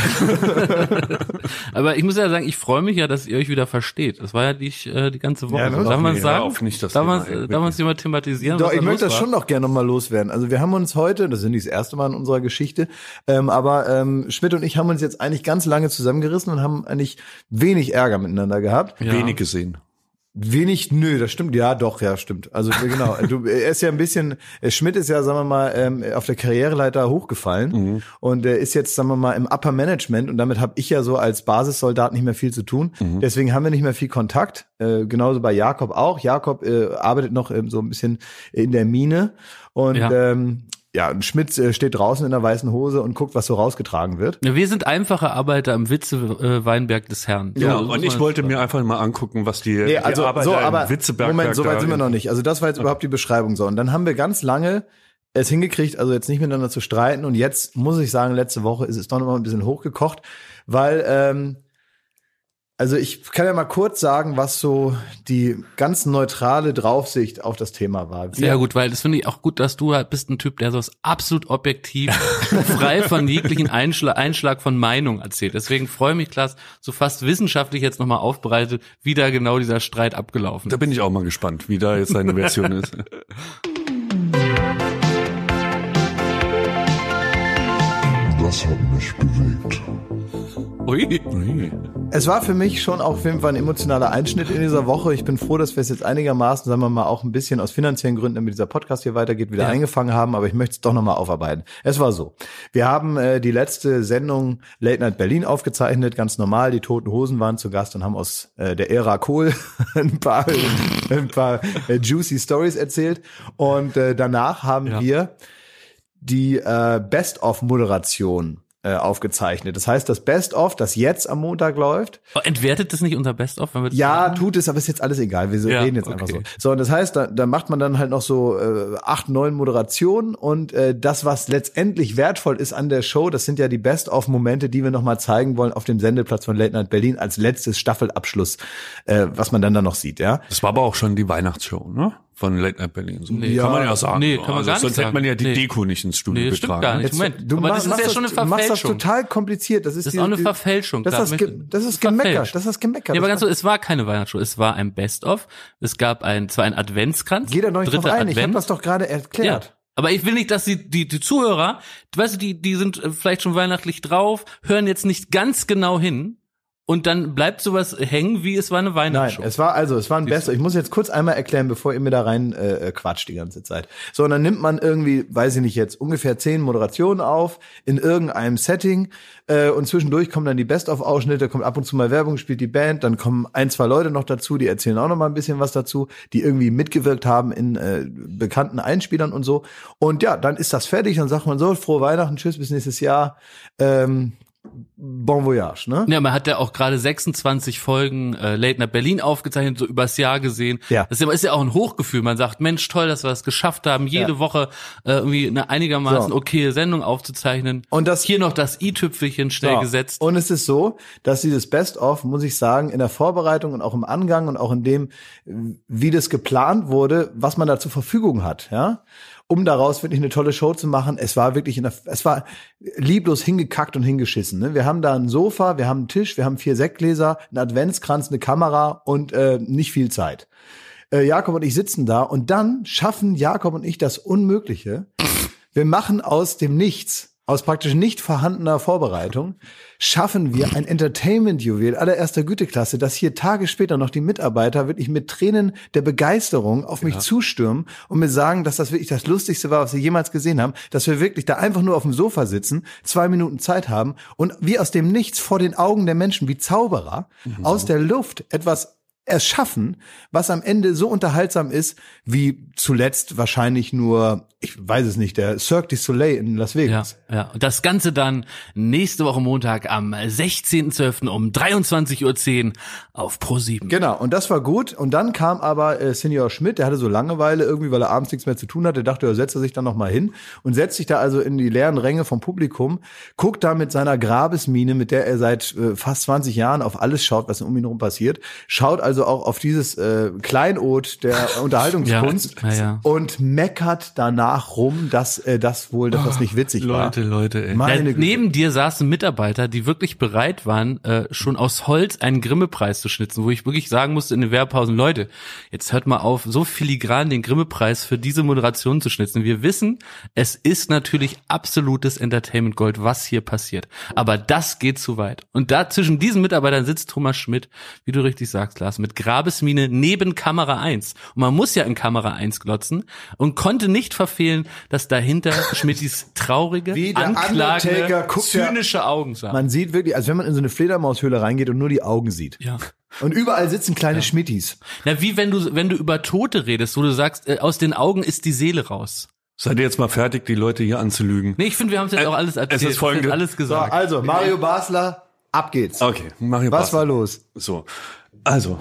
Aber ich muss ja sagen, ich freue mich ja, dass ihr euch wieder versteht. Das war ja die, äh, die ganze Woche. Ja, ne? Darf man Nee, sagen? hör auf, nicht das darf man Thema, ey, darf man es hier mal thematisieren? Doch, was ich da möchte los das war? schon noch gerne nochmal loswerden. Also wir haben uns heute, das ist nicht das erste Mal in unserer Geschichte, ähm, aber ähm, Schmidt und ich haben uns jetzt eigentlich ganz lange zusammengerissen und haben eigentlich wenig Ärger miteinander gehabt. Ja. wenig gesehen. Wenig, nö, das stimmt, ja, doch, ja, stimmt. Also genau, du, er ist ja ein bisschen, äh, Schmidt ist ja, sagen wir mal, ähm, auf der Karriereleiter hochgefallen Mhm. und er ist jetzt, sagen wir mal, im Upper Management und damit habe ich ja so als Basissoldat nicht mehr viel zu tun. Mhm. Deswegen haben wir nicht mehr viel Kontakt. Äh, genauso bei Jakob auch. Jakob äh, arbeitet noch ähm, so ein bisschen in der Mine und Ja. ähm, ja, und Schmidt äh, steht draußen in der weißen Hose und guckt, was so rausgetragen wird. Ja, wir sind einfache Arbeiter im Witze-Weinberg des Herrn. Ja, So muss und ich man- wollte mir einfach mal angucken, was die, Nee, also die Arbeiter so, aber im Witzebergwerk Moment, so weit da sind wir in- noch nicht. Also das war jetzt überhaupt die Beschreibung so. Und dann haben wir ganz lange es hingekriegt, also jetzt nicht miteinander zu streiten. Und jetzt muss ich sagen, letzte Woche ist es doch noch mal ein bisschen hochgekocht, weil ähm, also ich kann ja mal kurz sagen, was so die ganz neutrale Draufsicht auf das Thema war. Wir, Sehr gut, weil das finde ich auch gut, dass du halt bist ein Typ, der so absolut objektiv, frei von jeglichen Einschlag, Einschlag von Meinung erzählt. Deswegen freue ich mich, Klaas, so fast wissenschaftlich jetzt nochmal aufbereitet, wie da genau dieser Streit abgelaufen Da ist. bin ich auch mal gespannt, wie da jetzt seine Version ist. Das hat mich bewegt. Ui. Es war für mich schon auch auf jeden Fall ein emotionaler Einschnitt in dieser Woche. Ich bin froh, dass wir es jetzt einigermaßen, sagen wir mal, auch ein bisschen aus finanziellen Gründen, damit dieser Podcast hier weitergeht, wieder Ja. eingefangen haben. Aber ich möchte es doch nochmal aufarbeiten. Es war so. Wir haben äh, die letzte Sendung Late Night Berlin aufgezeichnet, ganz normal. Die Toten Hosen waren zu Gast und haben aus äh, der Ära Kohl ein paar, ein paar äh, juicy Stories erzählt. Und äh, danach haben Ja. wir die äh, Best-of-Moderation äh, aufgezeichnet. Das heißt, das Best-of, das jetzt am Montag läuft, Oh, entwertet das nicht unser Best-of? wenn wir das ja, sagen? tut es, aber ist jetzt alles egal. Wir so Ja, reden jetzt okay. einfach so. So, und das heißt, da, da macht man dann halt noch so äh, acht, neun Moderationen und äh, das, was letztendlich wertvoll ist an der Show, das sind ja die Best-of-Momente, die wir nochmal zeigen wollen auf dem Sendeplatz von Late Night Berlin als letztes Staffelabschluss, äh, was man dann da noch sieht, ja. Das war aber auch schon die Weihnachtsshow, ne? Von Late Night Berlin. So. Nee. Kann man ja sagen. Nee, kann man also, gar nicht sonst sagen. hätte man ja die Nee. Deko nicht ins Studio Nee, das stimmt getragen. gar nicht. Jetzt, Moment, du aber ma- das ist machst ja schon eine Du machst das Verfälschung. total kompliziert. Das ist, Das ist die, auch eine die- Verfälschung. Das klar. ist, ge- das ist Gemecker. verfälscht. Das ist Gemecker. Nee, aber Das ganz so, es war keine Weihnachtsshow, es war ein Best-of. Es gab ein, zwar ein Adventskranz. Geht da noch nicht drauf dritter ein. Ich habe Advent. das doch gerade Ja. erklärt. Aber ich will nicht, dass die, die, die Zuhörer, weißt du, die, die sind äh, vielleicht schon weihnachtlich drauf, hören jetzt nicht ganz genau hin und dann bleibt sowas hängen, wie es war eine Weihnachtsshow. Nein, es war also, es war ein Best-of. Ich muss jetzt kurz einmal erklären, bevor ihr mir da rein äh, quatscht die ganze Zeit. So, und dann nimmt man irgendwie, weiß ich nicht jetzt, ungefähr zehn Moderationen auf in irgendeinem Setting äh, und zwischendurch kommen dann die Best-of-Ausschnitte, kommt ab und zu mal Werbung, spielt die Band, dann kommen ein, zwei Leute noch dazu, die erzählen auch noch mal ein bisschen was dazu, die irgendwie mitgewirkt haben in äh, bekannten Einspielern und so. Und ja, dann ist das fertig, dann sagt man so, frohe Weihnachten, tschüss, bis nächstes Jahr. Ähm, Bon Voyage, ne? Ja, man hat ja auch gerade sechsundzwanzig Folgen äh, Late Night Berlin aufgezeichnet, so übers Jahr gesehen. Ja. Das ist ja, ist ja auch ein Hochgefühl. Man sagt, Mensch, toll, dass wir das geschafft haben, jede Ja. Woche äh, irgendwie eine einigermaßen So. okaye Sendung aufzuzeichnen. Und das- hier noch das i-Tüpfelchen schnell So. gesetzt. Und es ist so, dass dieses Best-of, muss ich sagen, in der Vorbereitung und auch im Angang und auch in dem, wie das geplant wurde, was man da zur Verfügung hat, ja, um daraus wirklich eine tolle Show zu machen. Es war wirklich, in der, es war lieblos hingekackt und hingeschissen. Ne? Wir haben da ein Sofa, wir haben einen Tisch, wir haben vier Sektgläser, einen Adventskranz, eine Kamera und äh, nicht viel Zeit. Äh, Jakob und ich sitzen da und dann schaffen Jakob und ich das Unmögliche. Wir machen aus dem Nichts, aus praktisch nicht vorhandener Vorbereitung, schaffen wir ein Entertainment-Juwel allererster Güteklasse, dass hier Tage später noch die Mitarbeiter wirklich mit Tränen der Begeisterung auf mich zustürmen und mir sagen, dass das wirklich das Lustigste war, was sie jemals gesehen haben, dass wir wirklich da einfach nur auf dem Sofa sitzen, zwei Minuten Zeit haben und wie aus dem Nichts vor den Augen der Menschen, wie Zauberer, mhm. aus der Luft etwas erschaffen, was am Ende so unterhaltsam ist, wie zuletzt wahrscheinlich nur, ich weiß es nicht, der Cirque du Soleil in Las Ja, Vegas. ja. Und das Ganze dann nächste Woche Montag am sechzehnten zwölften um dreiundzwanzig Uhr zehn auf ProSieben. Genau, und das war gut. Und dann kam aber äh, Senior Schmidt, der hatte so Langeweile irgendwie, weil er abends nichts mehr zu tun hatte, dachte, er setzt sich dann noch mal hin und setzt sich da also in die leeren Ränge vom Publikum, guckt da mit seiner Grabesmiene, mit der er seit äh, fast zwanzig Jahren auf alles schaut, was um ihn herum passiert, schaut also auch auf dieses äh, Kleinod der Unterhaltungskunst Ja, ja, ja. und meckert danach rum, dass äh, das wohl, dass das nicht witzig war. Leute, Leute, ey. Meine Ja, Güte. neben dir saßen Mitarbeiter, die wirklich bereit waren, äh, schon aus Holz einen Grimme-Preis zu schnitzen, wo ich wirklich sagen musste in den Werbepausen, Leute, jetzt hört mal auf, so filigran den Grimme-Preis für diese Moderation zu schnitzen. Wir wissen, es ist natürlich absolutes Entertainment-Gold, was hier passiert. Aber das geht zu weit. Und da zwischen diesen Mitarbeitern sitzt Thomas Schmidt, wie du richtig sagst, Lars, mit Grabesmiene neben Kamera eins. Und man muss ja in Kamera eins glotzen und konnte nicht verfehlen, dass dahinter Schmidtis traurige, Wie der anklagende, Undertaker guckt ja- zynische Augen sah. Man sieht wirklich, als wenn man in so eine Fledermaushöhle reingeht und nur die Augen sieht. Ja. Und überall sitzen kleine Schmittis. Na, wie wenn du, wenn du über Tote redest, wo du sagst, äh, aus den Augen ist die Seele raus. Seid ihr jetzt mal fertig, die Leute hier anzulügen? Nee, ich finde, wir haben es jetzt Äh, auch alles erzählt. es ist folgende- Wir haben alles So, gesagt. also, Mario Basler, ab geht's. Okay, Mario Was Basler. war los? So, also.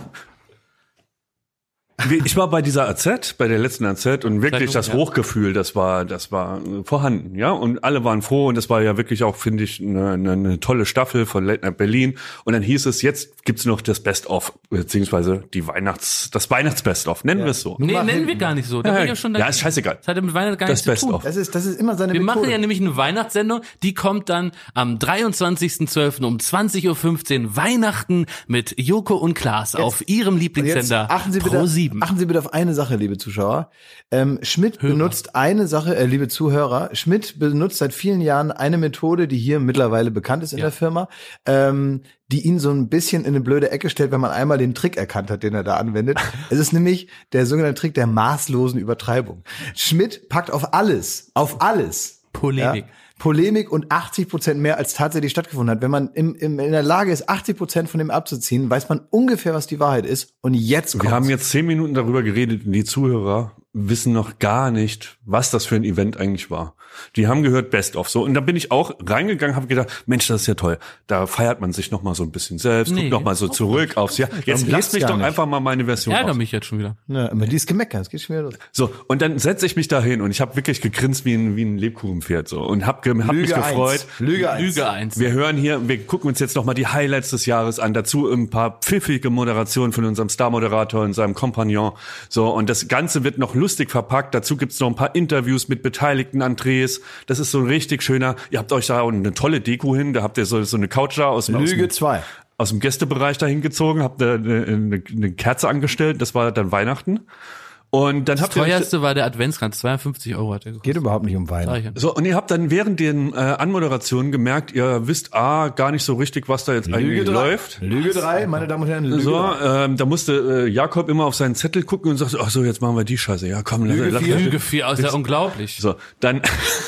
Wie- Ich war bei dieser A Z, bei der letzten A Z und wirklich das Ja. Hochgefühl, das war, das war äh, vorhanden, ja. Und alle waren froh und das war ja wirklich auch, finde ich, eine, eine, eine tolle Staffel von Late Night Berlin. Und dann hieß es, jetzt gibt's noch das Best-of, beziehungsweise die Weihnachts, das Weihnachts-Best-of, nennen wir es so. Nee, mach nennen hinten. wir gar nicht so. Da Ja, bin ich ja schon ja, dagegen. ist scheißegal. Das hat ja mit Weihnachten gar Das nichts zu tun. Best-of. Das ist, das ist immer seine Wir Methode. machen ja nämlich eine Weihnachtssendung, die kommt dann am dreiundzwanzigsten zwölften um zwanzig Uhr fünfzehn Weihnachten mit Joko und Klaas auf ihrem Und jetzt Lieblingssender achten Sie bitte, ProSieben. achten Sie bitte auf eine Sache, liebe Zuschauer. Ähm, Schmidt benutzt eine Sache, äh, liebe Zuhörer, Schmidt benutzt seit vielen Jahren eine Methode, die hier mittlerweile bekannt ist in Ja. der Firma, ähm, die ihn so ein bisschen in eine blöde Ecke stellt, wenn man einmal den Trick erkannt hat, den er da anwendet. Es ist nämlich der sogenannte Trick der maßlosen Übertreibung. Schmidt packt auf alles, auf alles. Polemik. Ja, Polemik und achtzig Prozent mehr als tatsächlich stattgefunden hat. Wenn man im, im, in der Lage ist, achtzig Prozent von dem abzuziehen, weiß man ungefähr, was die Wahrheit ist. Und jetzt Wir kommt's. haben jetzt zehn Minuten darüber geredet und die Zuhörer wissen noch gar nicht, was das für ein Event eigentlich war. Die haben gehört Best of so und da bin ich auch reingegangen, habe gedacht, Mensch, das ist ja toll. Da feiert man sich noch mal so ein bisschen selbst, Nee, guckt noch mal so zurück aufs Jahr. Jetzt geht's lasst mich gar doch nicht. einfach mal meine Version Ärger aus. mich jetzt schon wieder. Ja, immer dieses Gemecker, es geht schon wieder los. So, und dann setze ich mich da hin und ich habe wirklich gegrinst wie ein, wie ein Lebkuchenpferd so und habe hab mich gefreut. eins. Lüge eins. Lüge eins. Wir hören hier, wir gucken uns jetzt noch mal die Highlights des Jahres an. Dazu ein paar pfiffige Moderationen von unserem Star-Moderator und seinem Kompagnon. So, und das Ganze wird noch lustig verpackt. Dazu gibt's noch ein paar Interviews mit beteiligten Andres. Das ist so ein richtig schöner, ihr habt euch da auch eine tolle Deko hin. Da habt ihr so, so eine Couch da aus dem, aus Lüge dem, zwei. aus dem Gästebereich dahin gezogen, habt ihr eine, eine, eine Kerze angestellt. Das war dann Weihnachten. Und dann Das habt ihr euch, teuerste war der Adventskranz, zweiundfünfzig Euro hat er gekostet. Geht überhaupt nicht um Wein. so, und ihr habt dann während den äh, Anmoderationen gemerkt, ihr wisst A, gar nicht so richtig, was da jetzt eigentlich läuft. Lüge drei, meine Damen und Herren, Lüge So, drei. ähm, da musste äh, Jakob immer auf seinen Zettel gucken und sagte, ach so, jetzt machen wir die Scheiße. Ja, komm, Lüge lass, vier. lass, Lüge vier, ist ja unglaublich. So, dann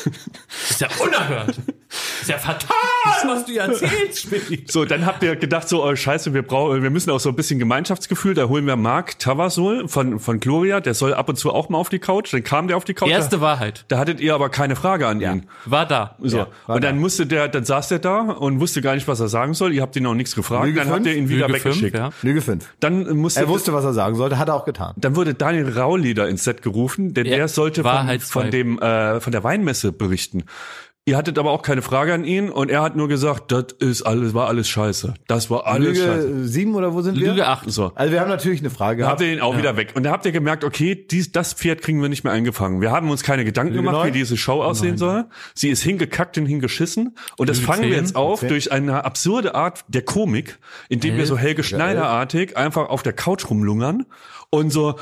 Das ist ja unerhört. Das ist ja fatal, was du hier erzählst, Spitty. so, dann habt ihr gedacht, so, oh Scheiße, wir brauchen, wir müssen auch so ein bisschen Gemeinschaftsgefühl. Da holen wir Marc Tavasol von von Gloria, der soll ab und zu auch mal auf die Couch. Dann kam der auf die Couch. Erste da, Wahrheit. da hattet ihr aber keine Frage an ihn. War da. So. Ja, war und dann da. musste der, dann saß der da und wusste gar nicht, was er sagen soll. Ihr habt ihn auch nichts gefragt. Lüge dann habt fünf? ihr ihn wieder Lüge fünf, weggeschickt. ja. Lüge fünf. Dann musste Er wusste, was er sagen sollte, hat er auch getan. Dann wurde Daniel Raulieder ins Set gerufen, denn Ja, der sollte von, Wahrheit von zwei. dem äh, von der Weinmesse berichten. Ihr hattet aber auch keine Frage an ihn und er hat nur gesagt, das ist alles, war alles scheiße. Das war alles scheiße. Lüge sieben oder wo sind wir? Lüge acht. So. Also wir haben natürlich eine Frage Da habt gehabt. ihr ihn auch wieder weg. Und da habt ihr gemerkt, okay, dies, das Pferd kriegen wir nicht mehr eingefangen. Wir haben uns keine Gedanken Lüge gemacht, neun? wie diese Show aussehen soll. Sie ist hingekackt und hingeschissen. Und das Lüge fangen wir zehn? jetzt auf zehn? durch eine absurde Art der Komik, indem wir so Helge Schneider-artig einfach auf der Couch rumlungern und so,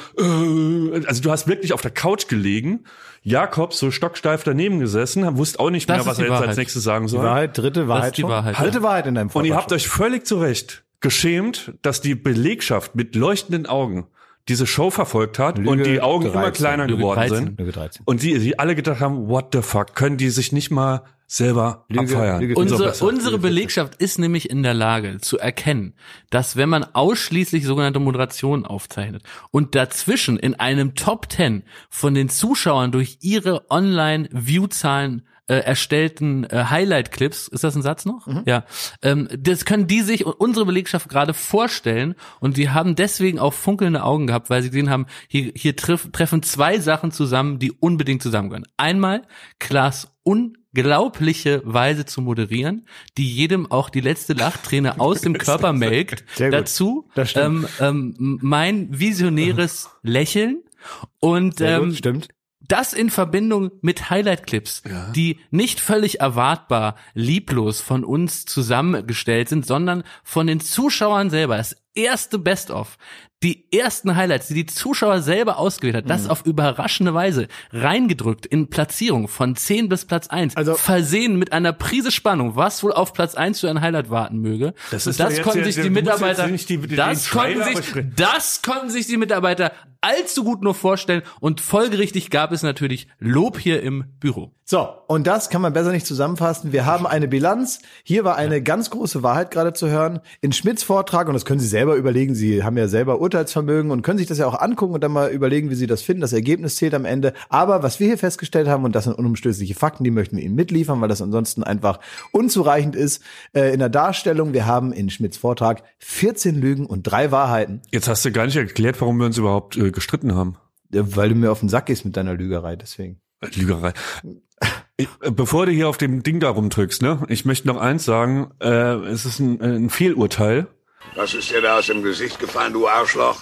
äh, also du hast wirklich auf der Couch gelegen, Jakob so stocksteif daneben gesessen, wusste auch nicht mehr, Das was ist er die jetzt Wahrheit. als nächstes sagen soll. Die Wahrheit, dritte Wahrheit die schon. Wahrheit, Dritte ja. Wahrheit in deinem Und Vortrag. ihr habt euch völlig zu Recht geschämt, dass die Belegschaft mit leuchtenden Augen diese Show verfolgt hat Lüge und die Augen immer dreizehn. kleiner Lüge geworden dreizehn. sind. Lüge dreizehn. Und sie, sie alle gedacht haben, what the fuck, können die sich nicht mal selber Lüge- abfeiern? Lüge- So Unsere, besser. unsere Belegschaft ist nämlich in der Lage zu erkennen, dass wenn man ausschließlich sogenannte Moderationen aufzeichnet und dazwischen in einem Top Ten von den Zuschauern durch ihre Online-View-Zahlen äh, erstellten äh, Highlight-Clips, ist das ein Satz noch? Mhm. Ja. Ähm, das können die sich und unsere Belegschaft gerade vorstellen und die haben deswegen auch funkelnde Augen gehabt, weil sie gesehen haben, hier, hier treff, treffen zwei Sachen zusammen, die unbedingt zusammengehören. Einmal Klaas unglaubliche Weise zu moderieren, die jedem auch die letzte Lachträne aus dem Körper melkt. Sehr gut. Dazu Das stimmt. ähm, ähm, mein visionäres Lächeln und Sehr gut, ähm, stimmt. das in Verbindung mit Highlight-Clips, die nicht völlig erwartbar lieblos von uns zusammengestellt sind, sondern von den Zuschauern selber. Das erste Best-of, die ersten Highlights, die die Zuschauer selber ausgewählt hat, das auf überraschende Weise reingedrückt in Platzierung von zehn bis Platz eins, Also- versehen mit einer Prise Spannung, was wohl auf Platz eins für ein Highlight warten möge. Das Und ist doch das jetzt konnten der- sich der- die du musst jetzt Mitarbeiter, nicht die- den das konnten Trailer sich, besprechen. das konnten sich die Mitarbeiter allzu gut nur vorstellen und folgerichtig gab es natürlich Lob hier im Büro. So, und das kann man besser nicht zusammenfassen. Wir haben eine Bilanz. Hier war eine ganz große Wahrheit gerade zu hören. In Schmidts Vortrag, und das können Sie selber überlegen, Sie haben ja selber Urteilsvermögen und können sich das ja auch angucken und dann mal überlegen, wie Sie das finden. Das Ergebnis zählt am Ende. Aber was wir hier festgestellt haben, und das sind unumstößliche Fakten, die möchten wir Ihnen mitliefern, weil das ansonsten einfach unzureichend ist, äh, in der Darstellung. Wir haben in Schmidts Vortrag vierzehn Lügen und drei Wahrheiten. Jetzt hast du gar nicht erklärt, warum wir uns überhaupt äh, gestritten haben. Ja, weil du mir auf den Sack gehst mit deiner Lügerei, deswegen. Lügerei. Ich, äh, bevor du hier auf dem Ding da rumdrückst, ne, ich möchte noch eins sagen, äh, es ist ein, ein Fehlurteil. Was ist dir da aus dem Gesicht gefallen, du Arschloch?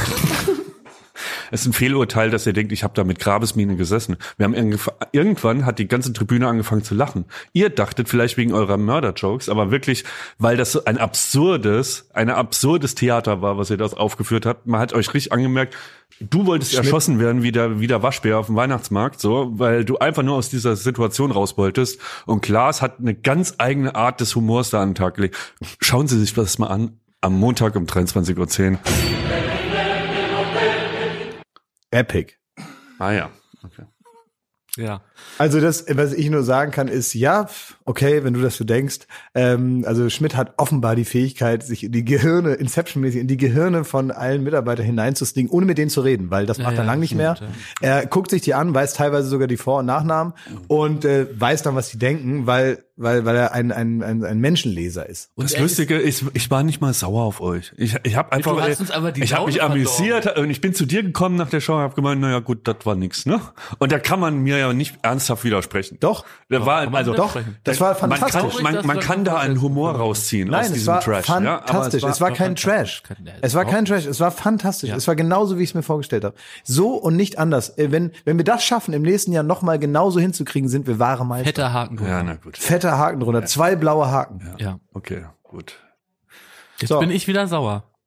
Es ist ein Fehlurteil, dass ihr denkt, ich habe da mit Grabesmine gesessen. Wir haben irgend- irgendwann hat die ganze Tribüne angefangen zu lachen. Ihr dachtet vielleicht wegen eurer Mörder-Jokes, aber wirklich, weil das so ein absurdes, ein absurdes Theater war, was ihr das aufgeführt habt. Man hat euch richtig angemerkt, du wolltest erschossen werden wie der, wie der Waschbär auf dem Weihnachtsmarkt, so, weil du einfach nur aus dieser Situation raus wolltest. Und Klaas hat eine ganz eigene Art des Humors da an den Tag gelegt. Schauen Sie sich das mal an. Am Montag um dreiundzwanzig Uhr zehn. Epic. Ah ja. Okay. Ja. Also das, was ich nur sagen kann, ist, ja, okay, wenn du das so denkst. Ähm, also Schmidt hat offenbar die Fähigkeit, sich in die Gehirne, Inception-mäßig, in die Gehirne von allen Mitarbeitern hineinzustinken, ohne mit denen zu reden, weil das macht ja, er lang nicht mehr. stimmt, Er guckt sich die an, weiß teilweise sogar die Vor- und Nachnamen und äh, weiß dann, was die denken, weil weil weil er ein ein ein, ein Menschenleser ist. Und Das er Lustige ist, ich war nicht mal sauer auf euch. Ich, ich habe einfach, Du hast uns aber die ich habe mich Laune amüsiert und ich bin zu dir gekommen nach der Show und habe gemeint, naja gut, das war nix, ne? Und da kann man mir ja nicht ernsthaft widersprechen. Doch. Da war kann man also widersprechen. Das war man fantastisch. kann, man, man kann da einen Humor rausziehen Nein, aus es diesem war Trash. fantastisch. Ja, aber es war kein fantastisch. Trash. Es war kein Trash. Es war fantastisch. Es war genauso, wie ich es mir vorgestellt habe. So und nicht anders. Äh, Wenn wenn wir das schaffen, im nächsten Jahr nochmal genauso hinzukriegen, sind wir wahre Meister. Fetter Haken. ja, na gut. Fetter Haken drunter. Zwei blaue Haken. Ja. Okay, gut. Jetzt So. bin ich wieder sauer.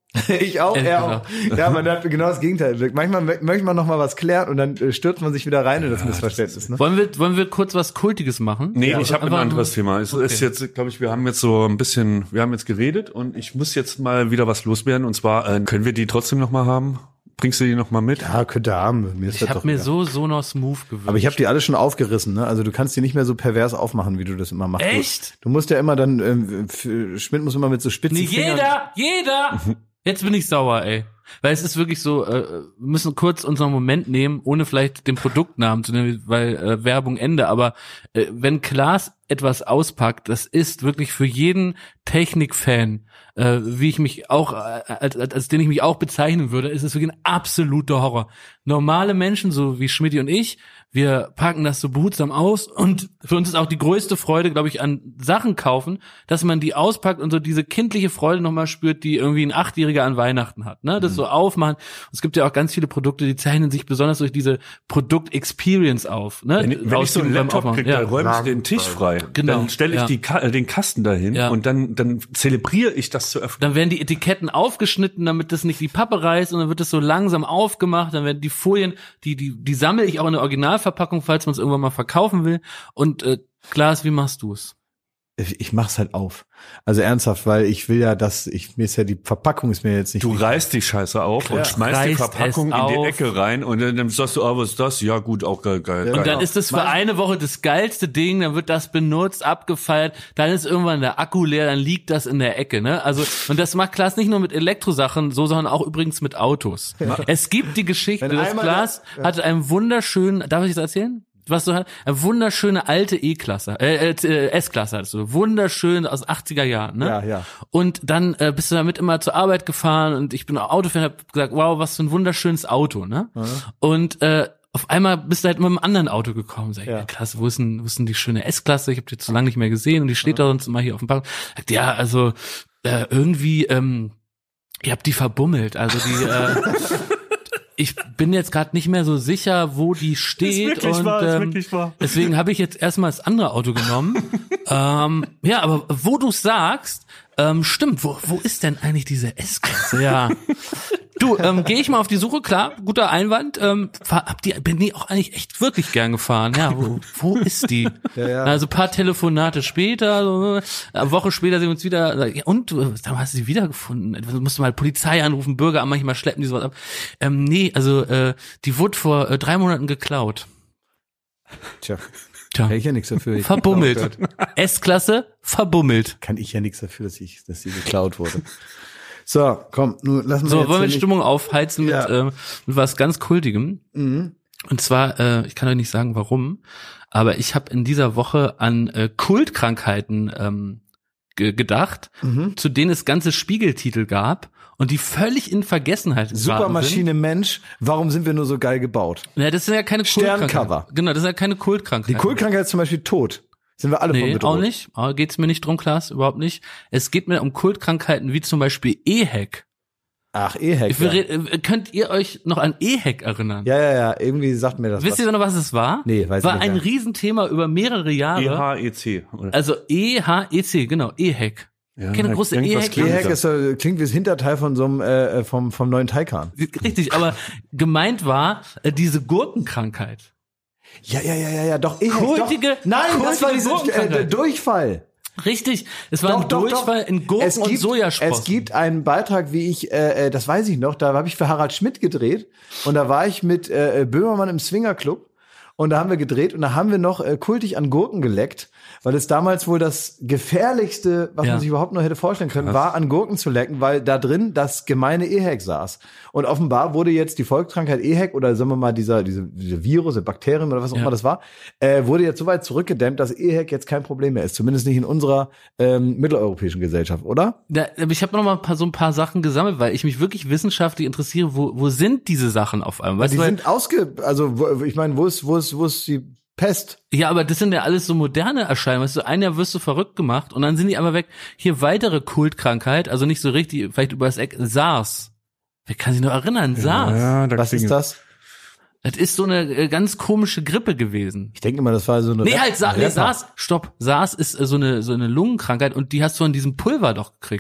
Ich auch, Ehrlich er auch. Ja, man hat genau das Gegenteil. Manchmal mö- möchte man noch mal was klären und dann äh, stürzt man sich wieder rein in das Missverständnis. Ne? Wollen wir, wollen wir kurz was Kultiges machen? Nee, Ja, ich habe ein einfach- anderes Thema. Es Okay. ist jetzt, glaube ich, wir haben jetzt so ein bisschen, wir haben jetzt geredet und ich muss jetzt mal wieder was loswerden. Und zwar, äh, können wir die trotzdem noch mal haben? Bringst du die noch mal mit? Ja, könnte haben. Mir ist Ich das habe doch mir egal. so Sonos Move gewünscht. Aber ich habe die alle schon aufgerissen, ne? Also du kannst die nicht mehr so pervers aufmachen, wie du das immer machst. Echt? Du, du musst ja immer dann, ähm, f- Schmidt muss immer mit so spitzen Nee, Fingern. jeder, jeder. Jetzt bin ich sauer, ey. Weil es ist wirklich so, äh, wir müssen kurz unseren Moment nehmen, ohne vielleicht den Produktnamen zu nennen, weil äh, Werbung Ende. Aber äh, wenn Klaas etwas auspackt, das ist wirklich für jeden Technikfan, äh, wie ich mich auch, äh, als, als, als den ich mich auch bezeichnen würde, ist es wirklich ein absoluter Horror. Normale Menschen, so wie Schmidti und ich, wir packen das so behutsam aus und für uns ist auch die größte Freude, glaube ich, an Sachen kaufen, dass man die auspackt und so diese kindliche Freude nochmal spürt, die irgendwie ein Achtjähriger an Weihnachten hat, ne? Das so aufmachen. Und es gibt ja auch ganz viele Produkte, die zeichnen sich besonders durch diese Produkt-Experience auf, ne? Wenn, wenn ich so einen beim Laptop Aufmachen. kriege, Ja. dann räume ich den Tisch frei. Genau. Dann stelle ich Ja. die Ka den Kasten dahin Ja. und dann, dann zelebriere ich das zu öffnen. Dann werden die Etiketten aufgeschnitten, damit das nicht die Pappe reißt und dann wird das so langsam aufgemacht, dann werden die Folien, die die die sammle ich auch in der Originalverpackung, falls man es irgendwann mal verkaufen will. Und äh, Klaas, wie machst du es? Ich mach's halt auf. Also ernsthaft, weil ich will ja, dass ich mir ist ja die Verpackung ist mir jetzt nicht. Du wichtig. reißt die Scheiße auf und schmeißt die Reißt Verpackung es in die auf. Ecke rein und dann, dann sagst du, ah, was ist das? Ja gut, auch geil, geil. Ja, Und geil. dann ist das für eine Woche das geilste Ding, dann wird das benutzt, abgefeiert, dann ist irgendwann der Akku leer, dann liegt das in der Ecke, ne? Also, und das macht Klaas nicht nur mit Elektrosachen, so, sondern auch übrigens mit Autos. Es gibt die Geschichte, Wenn das einmal Klaas der- hatte einen wunderschönen, darf ich das erzählen? Was du hast? Eine wunderschöne alte E-Klasse, äh, äh, S-Klasse hattest du, wunderschön aus achtziger Jahren, ne? Ja, ja. Und dann äh, bist du damit immer zur Arbeit gefahren und ich bin auch Autofan, hab gesagt, wow, was für ein wunderschönes Auto, ne? Und äh, auf einmal bist du halt mit einem anderen Auto gekommen. Sag ich, Ja. ja. Klasse, wo ist denn, wo ist denn die schöne S-Klasse? Ich habe die zu lange nicht mehr gesehen und die steht da sonst immer hier auf dem Park. Sagt, ja, also äh, irgendwie, ähm, ihr habt die verbummelt. Also die, äh, ich bin jetzt gerade nicht mehr so sicher, wo die steht. wirklich und wahr, ist ähm, wirklich wahr. deswegen habe ich jetzt erstmal das andere Auto genommen. ähm, ja, aber wo du sagst, ähm, stimmt, wo, wo ist denn eigentlich diese S-Klasse? Ja. Du, ähm, gehe ich mal auf die Suche, klar, guter Einwand. Ähm, fahr, hab die, bin die auch eigentlich echt wirklich gern gefahren. Ja, wo, wo ist die? Ja, ja. Also ein paar Telefonate später, so, eine Woche später sehen wir uns wieder. Ja, und, du, dann hast du sie wiedergefunden. Du musst mal Polizei anrufen, Bürger, manchmal schleppen die sowas ab. Ähm, nee, also äh, die wurde vor äh, drei Monaten geklaut. Tja, Tja, kann ich ja nichts dafür. Ich verbummelt. S-Klasse, verbummelt. Kann ich ja nichts dafür, dass ich, dass sie geklaut wurde. So, komm, nun lass mal So, jetzt wollen wir hier die nicht- Stimmung aufheizen mit, Ja. ähm, mit was ganz Kultigem. Mhm. Und zwar, äh, ich kann euch nicht sagen, warum, aber ich habe in dieser Woche an äh, Kultkrankheiten ähm, ge- gedacht, Mhm. zu denen es ganze Spiegeltitel gab und die völlig in Vergessenheit geraten Supermaschine Mensch, warum sind wir nur so geil gebaut? sind. Ja, das sind ja keine Sterncover. Kultkrankheiten. Genau, das sind ja keine Die Kultkrankheiten. Kultkrankheit ist zum Beispiel tot. Sind wir alle von Nee, bedroht. auch nicht. Aber geht's mir nicht drum, Klaas, überhaupt nicht. Es geht mir um Kultkrankheiten wie zum Beispiel E-Hack. Ach, E-Hack. Wir Ja. red- äh, Könnt ihr euch noch an E-Hack erinnern? ja, ja, ja, irgendwie sagt mir das Wisst was. ihr noch, was es war? Nee, weiß ich War nicht ein mehr. Riesenthema über mehrere Jahre. E H E C. Oder? Also E H E C, genau, E-Hack. Ja, Keine große irgendwas E-Hack. klingt E-Hack da. ist, so- klingt wie das Hinterteil von so einem, äh, vom, vom neuen Taycan. Richtig, aber gemeint war äh, diese Gurkenkrankheit. Ja, ja, ja, ja, ja, doch. E-Hack, Kultige- doch. Nein, das kultige war diese äh, Gurkenkrankheit. Durchfall. Richtig, es war Doch, ein doch, Durchfall doch. in Gurken es und gibt, Sojasprossen. Es gibt einen Beitrag, wie ich, äh, äh, das weiß ich noch, da habe ich für Harald Schmidt gedreht und da war ich mit äh, Böhmermann im Swingerclub und da haben wir gedreht und da haben wir noch äh, kultig an Gurken geleckt, weil es damals wohl das gefährlichste, was Ja. man sich überhaupt nur hätte vorstellen können, war an Gurken zu lecken, weil da drin das gemeine E-Hack saß. Und offenbar wurde jetzt die Volkskrankheit E-Hack oder sagen wir mal dieser diese, diese Virus, diese Bakterien oder was auch Ja. immer das war, äh, wurde jetzt so weit zurückgedämmt, dass E-Hack jetzt kein Problem mehr ist. Zumindest nicht in unserer ähm, mitteleuropäischen Gesellschaft, oder? Da, aber ich habe noch mal ein paar, so ein paar Sachen gesammelt, weil ich mich wirklich wissenschaftlich interessiere, wo, wo sind diese Sachen auf einmal? Weißt Die du, weil- sind ausge, also wo, ich meine, wo ist, wo ist, wo ist die Pest? Ja, aber das sind ja alles so moderne Erscheinungen. Weißt du, ein Jahr wirst du verrückt gemacht und dann sind die aber weg. Hier weitere Kultkrankheit, also nicht so richtig, vielleicht über das Eck, SARS. Wer kann sich noch erinnern? SARS. Ja, da Was klingen- ist das? Das ist so eine äh, ganz komische Grippe gewesen. Ich denke immer, das war so eine. Nee, Rap- halt, Sa nee, Rapper. SARS, stopp. SARS ist äh, so eine so eine Lungenkrankheit und die hast du an diesem Pulver doch gekriegt.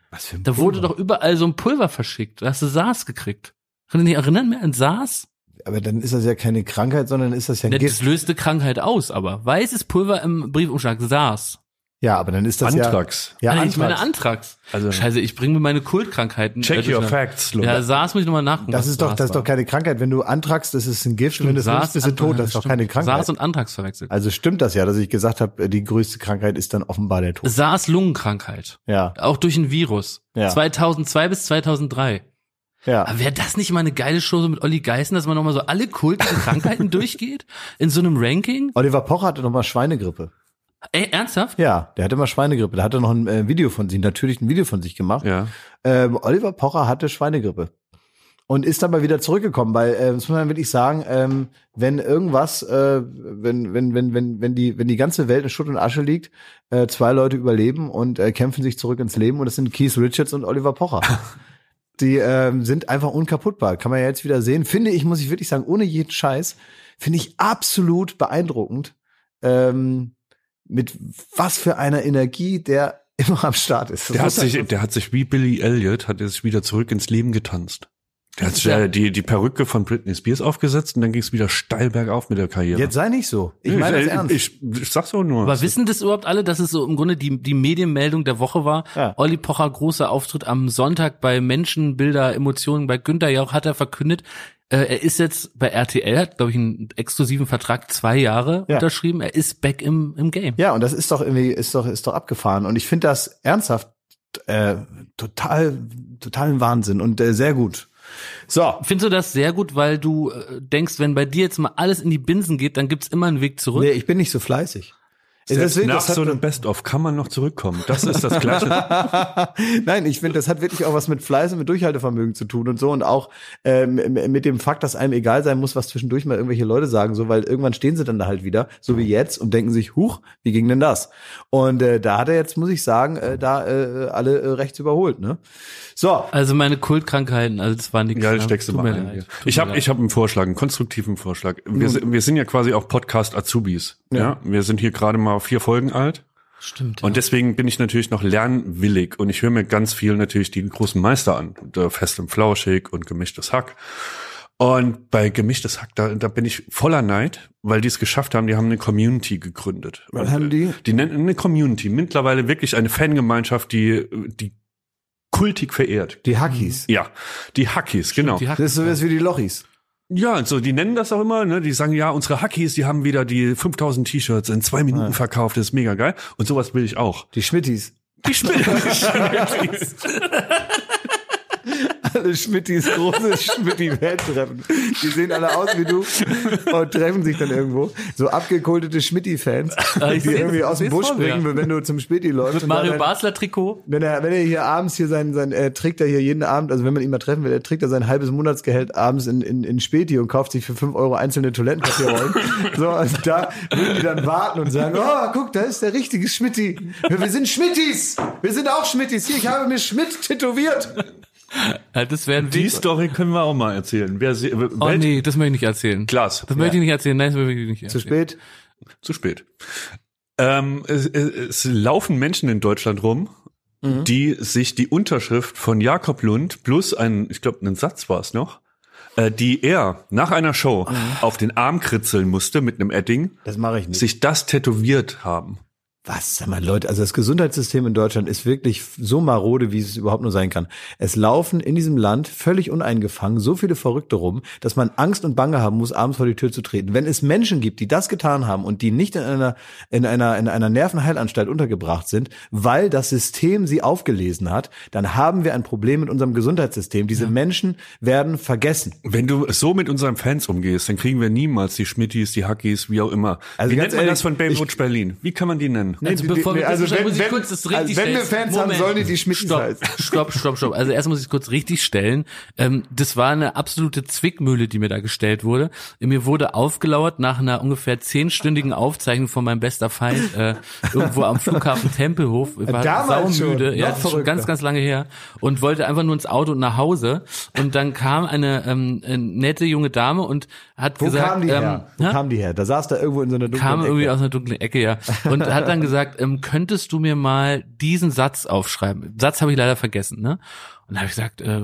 Was für ein Da wurde Pulver? doch überall so ein Pulver verschickt. Da hast du SARS gekriegt. Kann ich dich erinnern mehr an SARS? Aber dann ist das ja keine Krankheit, sondern ist das ja ein Das Gift. löste Krankheit aus, aber weißes Pulver im Briefumschlag, SARS. Ja, aber dann ist das Anthrax. ja... Ja, Ah, nee, ich meine Anthrax. Anthrax. Also- Scheiße, ich bringe mir meine Kultkrankheiten. Check äh, your durch. facts, Ja, Lothar. SARS muss ich nochmal nachgucken. Das was ist doch, SARS das ist war. doch keine Krankheit. Wenn du Anthrax, das ist ein Gift. Wenn du es SARS, nimmst, bist du tot. Das ist doch stimmt. keine Krankheit. SARS und Anthrax verwechselt. Also stimmt das ja, dass ich gesagt habe, die größte Krankheit ist dann offenbar der Tod. SARS-Lungenkrankheit. Ja, Auch durch ein Virus. Ja. zweitausendzwei bis zweitausenddrei. ja. Aber wäre das nicht mal eine geile Show so mit Olli Geißen, dass man nochmal so alle kultischen Krankheiten durchgeht? In so einem Ranking? Oliver Pocher hatte noch mal Schweinegrippe. Ey, ernsthaft? Ja, der hatte mal Schweinegrippe. Da hat er noch ein äh, Video von sich, natürlich ein Video von sich gemacht. Ja. Ähm, Oliver Pocher hatte Schweinegrippe. Und ist dann mal wieder zurückgekommen, weil, äh, das muss man wirklich sagen, ähm, wenn irgendwas, äh, wenn, wenn, wenn, wenn, wenn die, wenn die ganze Welt in Schutt und Asche liegt, äh, zwei Leute überleben und äh, kämpfen sich zurück ins Leben und das sind Keith Richards und Oliver Pocher. Die ähm, sind einfach unkaputtbar. Kann man ja jetzt wieder sehen. Finde ich, muss ich wirklich sagen, ohne jeden Scheiß, finde ich absolut beeindruckend, ähm, mit was für einer Energie der immer am Start ist. Der hat Das muss sich, der hat sich wie Billy Elliot, hat er sich wieder zurück ins Leben getanzt. Der hat sich ja- ja die, die Perücke von Britney Spears aufgesetzt und dann ging es wieder steil bergauf mit der Karriere. Jetzt sei nicht so. Ich meine das ernst. Ich, ich sag's auch nur. Aber wissen das überhaupt alle, dass es so im Grunde die, die Medienmeldung der Woche war? Ja. Olli Pocher, großer Auftritt am Sonntag bei Menschen, Bilder, Emotionen. Bei Günther Jauch hat er verkündet, äh, er ist jetzt bei R T L, hat, glaube ich, einen exklusiven Vertrag, zwei Jahre Ja. unterschrieben. Er ist back im, im Game. Ja, und das ist doch irgendwie, ist doch, ist doch abgefahren. Und ich finde das ernsthaft äh, total, totalen Wahnsinn und äh, sehr gut. So, Findest du das sehr gut, weil du äh, denkst, wenn bei dir jetzt mal alles in die Binsen geht, dann gibt's immer einen Weg zurück? nee, ich bin nicht so fleißig. Selbst Deswegen, nach das hat- so einem Best-of kann man noch zurückkommen. Das ist das Gleiche. Nein, ich finde, das hat wirklich auch was mit Fleiß und mit Durchhaltevermögen zu tun und so und auch ähm, mit dem Fakt, dass einem egal sein muss, was zwischendurch mal irgendwelche Leute sagen, so, weil irgendwann stehen sie dann da halt wieder, so wie jetzt und denken sich, huch, wie ging denn das? Und äh, da hat er jetzt, muss ich sagen, äh, da äh, alle äh, rechts überholt, ne? So, Also meine Kultkrankheiten, also das war nichts. Ja, ne? das steckst du Tut mal mir ein. leid. Ja. Tut Ich mir habe leid. ich hab einen Vorschlag, einen konstruktiven Vorschlag. Wir, sind- wir sind ja quasi auch Podcast-Azubis. Ja. Ja. Wir sind hier gerade mal vier Folgen alt. Stimmt. Und ja. deswegen bin ich natürlich noch lernwillig und ich höre mir ganz viel natürlich die großen Meister an. Der Fest und Flauschig und Gemischtes Hack. Und bei Gemischtes Hack, da, da bin ich voller Neid, weil die es geschafft haben, die haben eine Community gegründet. Was Und, haben die? äh, Die nennen eine Community, mittlerweile wirklich eine Fangemeinschaft, die, die kultig verehrt. die Hackies. Ja, die Hackies, genau. Die Hack- Das ist so was wie die Lochis. Ja, also die nennen das auch immer, ne? Die sagen, ja, unsere Hackies, die haben wieder die fünftausend T-Shirts in zwei Minuten verkauft, das ist mega geil. Und sowas will ich auch. Die Schmittis. Die Spiele. Alle Schmittis, große Schmitti-Fan-Treffen. Die sehen alle aus wie du und treffen sich dann irgendwo. So abgekultete Schmitti-Fans, Ah, ich die seh irgendwie das, aus dem ich Busch seh's vor mir. springen, wenn du zum Späti läufst. Mit und Mario dann- Basler Trikot. Wenn er, wenn er hier abends hier sein, sein, äh, trägt er hier jeden Abend, also wenn man ihn mal treffen will, er trägt er sein halbes Monatsgehalt abends in, in, in Späti und kauft sich für fünf Euro einzelne Toilettenpapierrollen. So, also da würden die dann warten und sagen, oh, guck, da ist der richtige Schmitti. Wir, wir sind Schmittis. Wir sind auch Schmittis. Hier, ich habe mir Schmidt tätowiert. Ja, das wäre ein Die Weg. Story können wir auch mal erzählen. Wer sie, Oh Welt- nee, das möchte ich nicht erzählen. Glas. Das möchte ich nicht erzählen. Nein, das möchte ich nicht erzählen. Zu spät. Zu spät. Ähm, es, es, es laufen Menschen in Deutschland rum, die sich die Unterschrift von Jakob Lund plus einen, ich glaube, einen Satz war es noch, äh, die er nach einer Show auf den Arm kritzeln musste mit einem Edding, Das mache ich nicht. sich das tätowiert haben. Was, sag mal, Leute, also das Gesundheitssystem in Deutschland ist wirklich so marode, wie es überhaupt nur sein kann. Es laufen in diesem Land völlig uneingefangen so viele Verrückte rum, dass man Angst und Bange haben muss, abends vor die Tür zu treten. Wenn es Menschen gibt, die das getan haben und die nicht in einer, in einer, in einer Nervenheilanstalt untergebracht sind, weil das System sie aufgelesen hat, dann haben wir ein Problem mit unserem Gesundheitssystem. Diese Menschen werden vergessen. Wenn du so mit unseren Fans umgehst, dann kriegen wir niemals die Schmittis, die Hackies, wie auch immer. Also wie ganz nennt man ehrlich, das von Baywatch Berlin? Wie kann man die nennen? Also Nee, bevor nee, wir also das wenn- muss ich wenn- kurz das also richtig wenn wir stellen. Fans haben, sollen die die Schmittis stopp, heißen. Stopp, stopp, stopp. Also erstmal muss ich kurz richtig stellen. Ähm, das war eine absolute Zwickmühle, die mir da gestellt wurde. Mir wurde aufgelauert nach einer ungefähr zehnstündigen Aufzeichnung von meinem bester Feind äh, irgendwo am Flughafen Tempelhof. Ich war Damals saumüde. schon. Ja, Noch das ist schon verrückter. ganz, ganz lange her. Und wollte einfach nur ins Auto und nach Hause. Und dann kam eine ähm, eine nette junge Dame und hat Wo gesagt, kamen die ähm, her? Wo hä? kamen die her? Da saß da irgendwo in so einer dunklen kam irgendwie Ecke. aus einer dunklen Ecke, ja. Und hat dann gesagt, ähm, könntest du mir mal diesen Satz aufschreiben? Satz habe ich leider vergessen, ne? Und da habe ich gesagt, äh,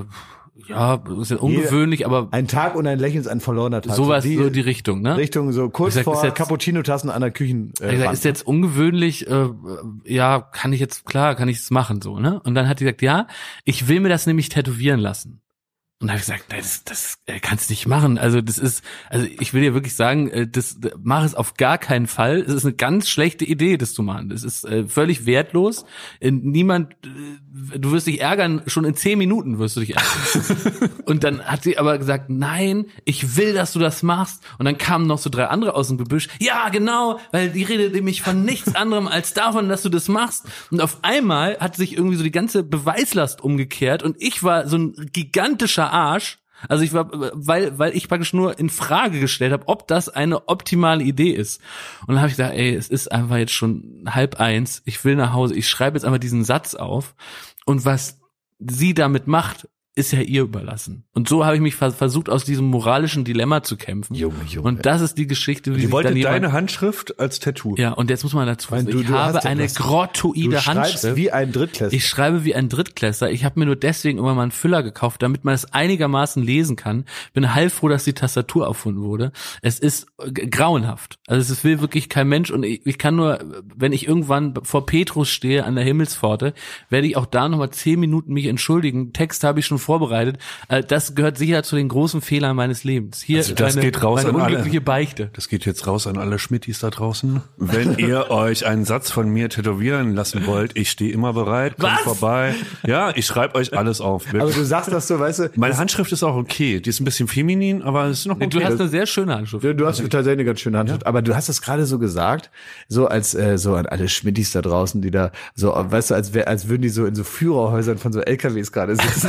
ja, ist ja ungewöhnlich, Jeder, aber ein Tag und ein Lächeln ist ein verlorener Tag. sowas, so die, so die Richtung, ne? Richtung so kurz gesagt, vor jetzt, Cappuccino-Tassen an der Küchen. Äh, ich gesagt, ist jetzt ungewöhnlich, äh, ja, kann ich jetzt, klar, kann ich es machen, so, ne? Und dann hat die gesagt, ja, ich will mir das nämlich tätowieren lassen. Und da habe ich gesagt, das, das äh, kannst du nicht machen. Also das ist, also ich will dir wirklich sagen, äh, das, das mach es auf gar keinen Fall. Es ist eine ganz schlechte Idee, das zu machen. Das ist äh, völlig wertlos. Äh, niemand, äh, du wirst dich ärgern, schon in zehn Minuten wirst du dich ärgern. Und dann hat sie aber gesagt, nein, ich will, dass du das machst. Und dann kamen noch so drei andere aus dem Gebüsch. Ja, genau, weil die redet nämlich von nichts anderem als davon, dass du das machst. Und auf einmal hat sich irgendwie so die ganze Beweislast umgekehrt und ich war so ein gigantischer Arsch. Also ich war, weil weil ich praktisch nur in Frage gestellt habe, ob das eine optimale Idee ist. Und dann habe ich gedacht, ey, es ist einfach jetzt schon halb eins. Ich will nach Hause. Ich schreibe jetzt einfach diesen Satz auf. Und was sie damit macht, ist ja ihr überlassen. Und so habe ich mich versucht, aus diesem moralischen Dilemma zu kämpfen. Junge, Junge. Und das ist die Geschichte, wie Die sich wollte dann jemand, deine Handschrift als Tattoo. ja, und jetzt muss man dazu sagen, Du- ich du hast habe ja eine was. grottoide Du schreibst Handschrift. wie ein Drittklässler. Ich schreibe wie ein Drittklässler. Ich habe mir nur deswegen immer mal einen Füller gekauft, damit man es einigermaßen lesen kann. Bin heilfroh, dass die Tastatur erfunden wurde. Es ist g- grauenhaft. Also es will wirklich kein Mensch. Und ich, ich kann nur, wenn ich irgendwann vor Petrus stehe an der Himmelspforte, werde ich auch da nochmal zehn Minuten mich entschuldigen. Text habe ich schon vorbereitet. Äh, Das gehört sicher zu den großen Fehlern meines Lebens. Hier Also das meine, geht raus meine an alle. unglückliche Beichte. Das geht jetzt raus an alle Schmittis da draußen. Wenn ihr euch einen Satz von mir tätowieren lassen wollt, ich stehe immer bereit, kommt Was? vorbei. Ja, ich schreibe euch alles auf. Aber du sagst das so, weißt du, Meine Handschrift ist auch okay. Die ist ein bisschen feminin, aber es ist noch okay. Du hast eine sehr schöne Handschrift. Du, du hast tatsächlich eine ganz schöne Handschrift, aber du hast das gerade so gesagt, so als äh, so an alle Schmittis da draußen, die da so, weißt du, als wär, als würden die so in so Führerhäusern von so L K Ws gerade sitzen,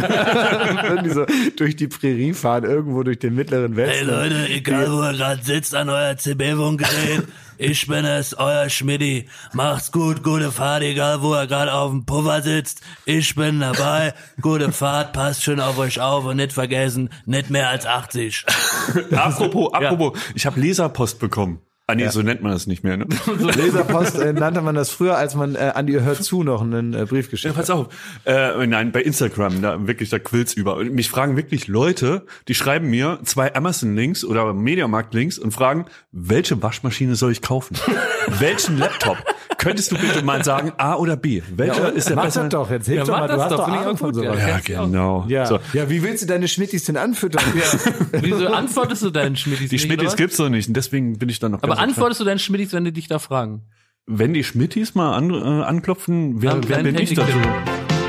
würden die so durch die Prärie fahren, irgendwo durch den mittleren Westen. Leute, egal wo ihr gerade sitzt an euer C B-Funkgerät, ich bin es, euer Schmidti. Macht's gut, gute Fahrt, egal wo ihr gerade auf dem Puffer sitzt. Ich bin dabei. Gute Fahrt, passt schön auf euch auf und nicht vergessen, nicht mehr als achtzig. Apropos, apropos, ich habe Leserpost bekommen. Ah nee, so nennt man das nicht mehr. Ne? Leserpost äh, nannte man das früher, als man äh, an die Hört zu noch einen äh, Brief Ja, geschickt pass hat. auf. Äh, nein, bei Instagram, da wirklich, da quillt's über. Und mich fragen wirklich Leute, die schreiben mir zwei Amazon-Links oder Mediamarkt-Links und fragen, welche Waschmaschine soll ich kaufen? Welchen Laptop? Könntest du bitte mal sagen, A oder B? Welcher Ja, ist der mach besser? das doch, jetzt hilf Ja, doch mach mal, du das hast doch, doch finde ich Ahnung auch von gut, sowas. ja. Ja, genau. Ja. So. ja, wie willst du deine Schmittis denn anfüttern? Wieso antwortest du deinen Schmittis Die nicht, oder Schmittis was? gibt's noch nicht und deswegen bin ich dann noch Aber ganz antwortest du deinen Schmittis, wenn die dich da fragen? Wenn die Schmittis mal an, äh, anklopfen, wer, Am wer bin kleinen ich dazu? Technik-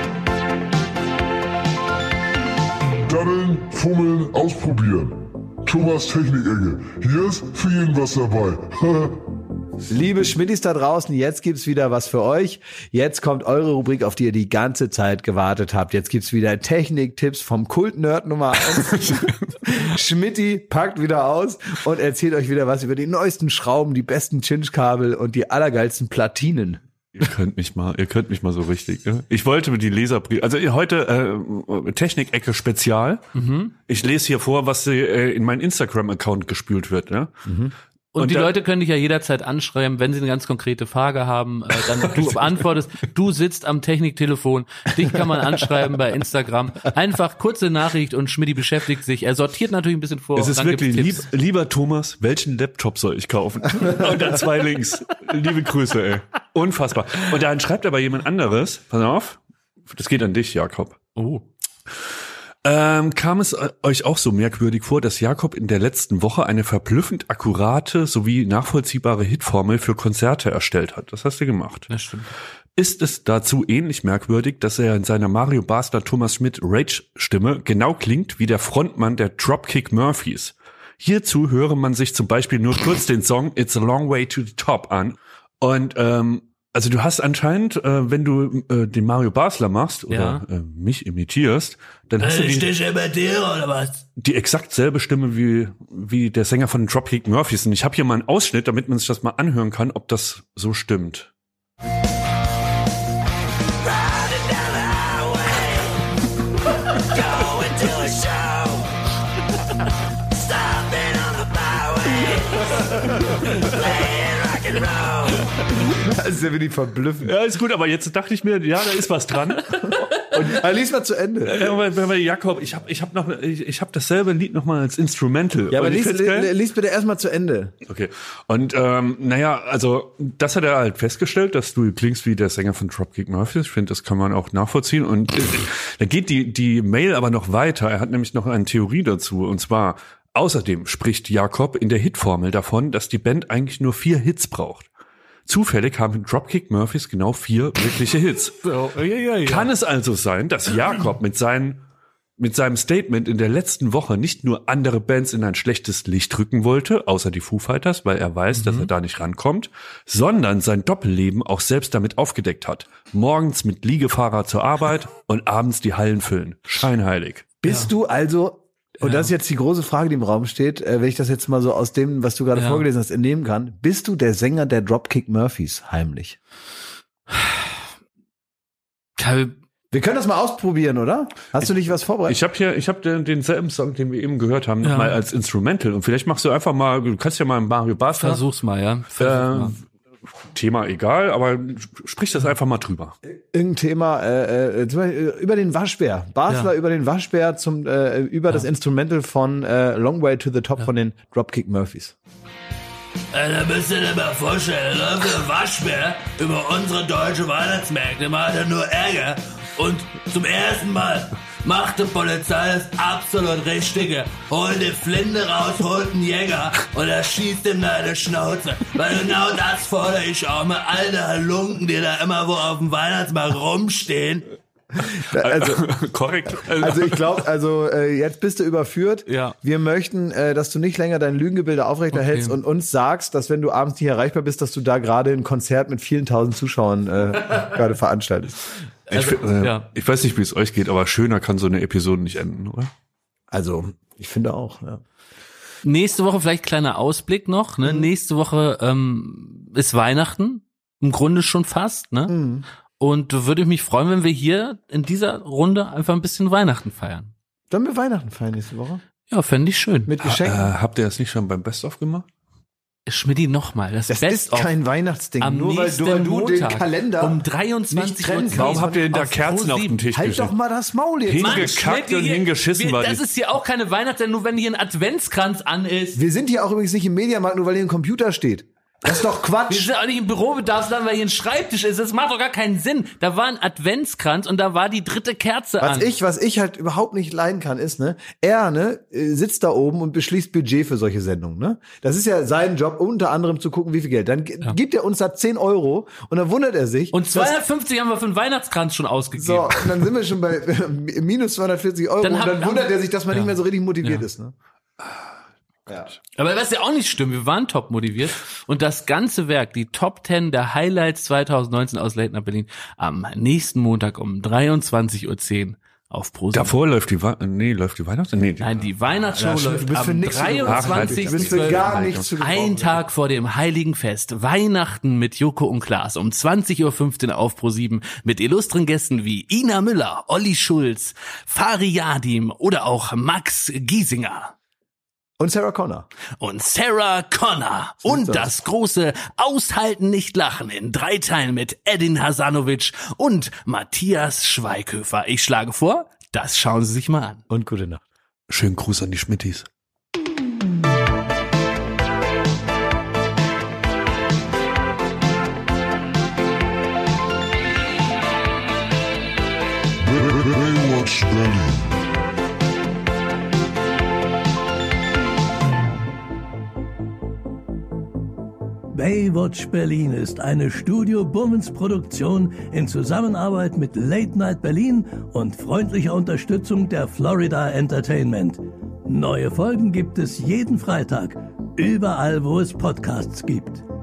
Daddeln, fummeln, ausprobieren. Thomas Technik-Ecke. Hier ist für jeden was dabei. Liebe Schmittis da draußen, jetzt gibt's wieder was für euch. Jetzt kommt eure Rubrik, auf die ihr die ganze Zeit gewartet habt. Jetzt gibt's wieder Technik-Tipps vom Kult-Nerd Nummer eins. Schmitti packt wieder aus und erzählt euch wieder was über die neuesten Schrauben, die besten Cinch-Kabel und die allergeilsten Platinen. Ihr könnt mich mal, ihr könnt mich mal so richtig. Ne? Ich wollte die Leserbriefe, also heute äh, Technik-Ecke Spezial. Mhm. Ich lese hier vor, was äh, in meinen Instagram-Account gespült wird. Ne? Mhm. Und, Und die da- Leute können dich ja jederzeit anschreiben, wenn sie eine ganz konkrete Frage haben, äh, dann du beantwortest, du sitzt am Techniktelefon, dich kann man anschreiben bei Instagram. Einfach kurze Nachricht und Schmidti beschäftigt sich. Er sortiert natürlich ein bisschen vor. Es und ist dann wirklich lieb, gibt's Tipps. lieber Thomas, welchen Laptop soll ich kaufen? Und dann zwei Links. Liebe Grüße, ey. Unfassbar. Und dann schreibt aber jemand anderes, pass auf, das geht an dich, Jakob. Oh. Ähm, kam es euch auch so merkwürdig vor, dass Jakob in der letzten Woche eine verblüffend akkurate sowie nachvollziehbare Hitformel für Konzerte erstellt hat? Das hast du gemacht. Das stimmt. Ist es dazu ähnlich merkwürdig, dass er in seiner Mario Basler Thomas Schmidt Rage-Stimme genau klingt wie der Frontmann der Dropkick Murphys? Hierzu höre man sich zum Beispiel nur kurz den Song It's a Long Way to the Top an. Und ähm, also du hast anscheinend, äh, wenn du äh, den Mario Basler machst oder Ja. äh, mich imitierst, dann hast du Ich die, dich imitiere oder was? die exakt selbe Stimme wie wie der Sänger von den Dropkick Murphys. Und ich habe hier mal einen Ausschnitt, damit man sich das mal anhören kann, ob das so stimmt. Das ist ja wirklich verblüffend. Ja, ist gut, aber jetzt dachte ich mir, ja, da ist was dran. Und äh, lies mal zu Ende. Ja, aber, aber Jakob, ich habe ich hab noch, ich, ich hab dasselbe Lied noch mal als Instrumental. Ja, aber Und ich lies, find's geil. li, lies bitte erstmal zu Ende. Okay. Und ähm, naja, also das hat er halt festgestellt, dass du klingst wie der Sänger von Dropkick Murphys. Ich finde, das kann man auch nachvollziehen. Und äh, da geht die die Mail aber noch weiter. Er hat nämlich noch eine Theorie dazu. Und zwar, außerdem spricht Jakob in der Hitformel davon, dass die Band eigentlich nur vier Hits braucht. Zufällig haben Dropkick Murphys genau vier wirkliche Hits. So, ja, ja, ja. Kann es also sein, dass Jakob mit seinen mit seinem Statement in der letzten Woche nicht nur andere Bands in ein schlechtes Licht rücken wollte, außer die Foo Fighters, weil er weiß, mhm. dass er da nicht rankommt, sondern sein Doppelleben auch selbst damit aufgedeckt hat. Morgens mit Liegefahrrad zur Arbeit und abends die Hallen füllen. Scheinheilig. Bist ja. du also, und ja. das ist jetzt die große Frage, die im Raum steht, äh, wenn ich das jetzt mal so aus dem, was du gerade ja. vorgelesen hast, entnehmen kann, bist du der Sänger der Dropkick Murphys heimlich? Kann Wir können das mal ausprobieren, oder? Hast du nicht was vorbereitet? Ich habe hier, ich habe den, denselben Song, den wir eben gehört haben, ja. mal als Instrumental. Und vielleicht machst du einfach mal, du kannst ja mal Mario Basler. Versuch's mal, ja. Versuch äh, mal. Thema egal, aber sprich das einfach mal drüber. Irgendein Thema äh, äh, über den Waschbär. Basler ja. über den Waschbär zum äh, über ja. das Instrumental von äh, Long Way to the Top ja. von den Dropkick Murphys. Äh, da müsst ihr dir mal vorstellen, da läuft der Waschbär über unsere deutsche Weihnachtsmärkte, macht er nur Ärger. Und zum ersten Mal macht die Polizei das absolut Richtige. Holt die Flinte raus, holt einen Jäger und er schießt ihm da in die Schnauze. Weil genau das fordere ich auch mal. Alte Halunken, die da immer wo auf dem Weihnachtsmarkt rumstehen. Also, korrekt. Also ich glaube, also äh, jetzt bist du überführt. Ja. Wir möchten, äh, dass du nicht länger dein Lügengebilde aufrechterhältst okay. und uns sagst, dass wenn du abends nicht erreichbar bist, dass du da gerade ein Konzert mit vielen tausend Zuschauern äh, gerade veranstaltest. Also, ich, äh, ja. ich weiß nicht, wie es euch geht, aber schöner kann so eine Episode nicht enden, oder? Also, ich finde auch, ja. Nächste Woche vielleicht kleiner Ausblick noch, ne? Mhm. Nächste Woche ähm, ist Weihnachten, im Grunde schon fast, ne? Mhm. Und würde ich mich freuen, wenn wir hier in dieser Runde einfach ein bisschen Weihnachten feiern. Sollen wir Weihnachten feiern nächste Woche? Ja, fände ich schön. Mit Geschenken? Ha, äh, habt ihr das nicht schon beim Best-of gemacht? Schmidti, nochmal. Das, das Best ist kein Weihnachtsding. Am nur weil du, weil du den Kalender um dreiundzwanzig Uhr. Warum habt ihr denn da Kerzen auf dem Tisch Halt geschickt? doch mal das Maul jetzt. Hingekackt und hingeschissen wir, war Das die. ist hier auch keine Weihnachten, nur wenn hier ein Adventskranz an ist. Wir sind hier auch übrigens nicht im Mediamarkt, nur weil hier ein Computer steht. Das ist doch Quatsch. Wir sind auch nicht im Bürobedarfsladen, weil hier ein Schreibtisch ist. Das macht doch gar keinen Sinn. Da war ein Adventskranz und da war die dritte Kerze was an. Ich, was ich halt überhaupt nicht leiden kann, ist, ne, er, ne, sitzt da oben und beschließt Budget für solche Sendungen, ne. Das ist ja sein Job, unter anderem zu gucken, wie viel Geld. Dann ja. gibt er uns da zehn Euro und dann wundert er sich. Und zweihundertfünfzig haben wir für einen Weihnachtskranz schon ausgegeben. So, und dann sind wir schon bei minus zweihundertvierzig Euro dann und haben, dann wundert haben, er sich, dass man ja. nicht mehr so richtig motiviert ja. ist, ne. Ja. Aber was ja auch nicht stimmt, wir waren top motiviert und das ganze Werk, die Top Ten der Highlights zwanzig neunzehn aus Late Night Berlin am nächsten Montag um dreiundzwanzig Uhr zehn auf ProSieben. Davor läuft die, We- nee, läuft die Weihnachts-, nee. Die Nein, die Weihnachtsshow ja, läuft am dreiundzwanzigsten zwölften Ein Tag vor dem Heiligen Fest, Weihnachten mit Joko und Klaas um zwanzig Uhr fünfzehn auf ProSieben mit illustren Gästen wie Ina Müller, Olli Schulz, Fari Yadim oder auch Max Giesinger. Und Sarah Connor. Und Sarah Connor. So und das. das große Aushalten nicht lachen in drei Teilen mit Edin Hasanovic und Matthias Schweighöfer. Ich schlage vor, das schauen Sie sich mal an. Und gute Nacht. Schönen Gruß an die Schmittis. Baywatch Berlin. Baywatch Berlin ist eine Studio Bummens Produktion in Zusammenarbeit mit Late Night Berlin und freundlicher Unterstützung der Florida Entertainment. Neue Folgen gibt es jeden Freitag, überall wo es Podcasts gibt.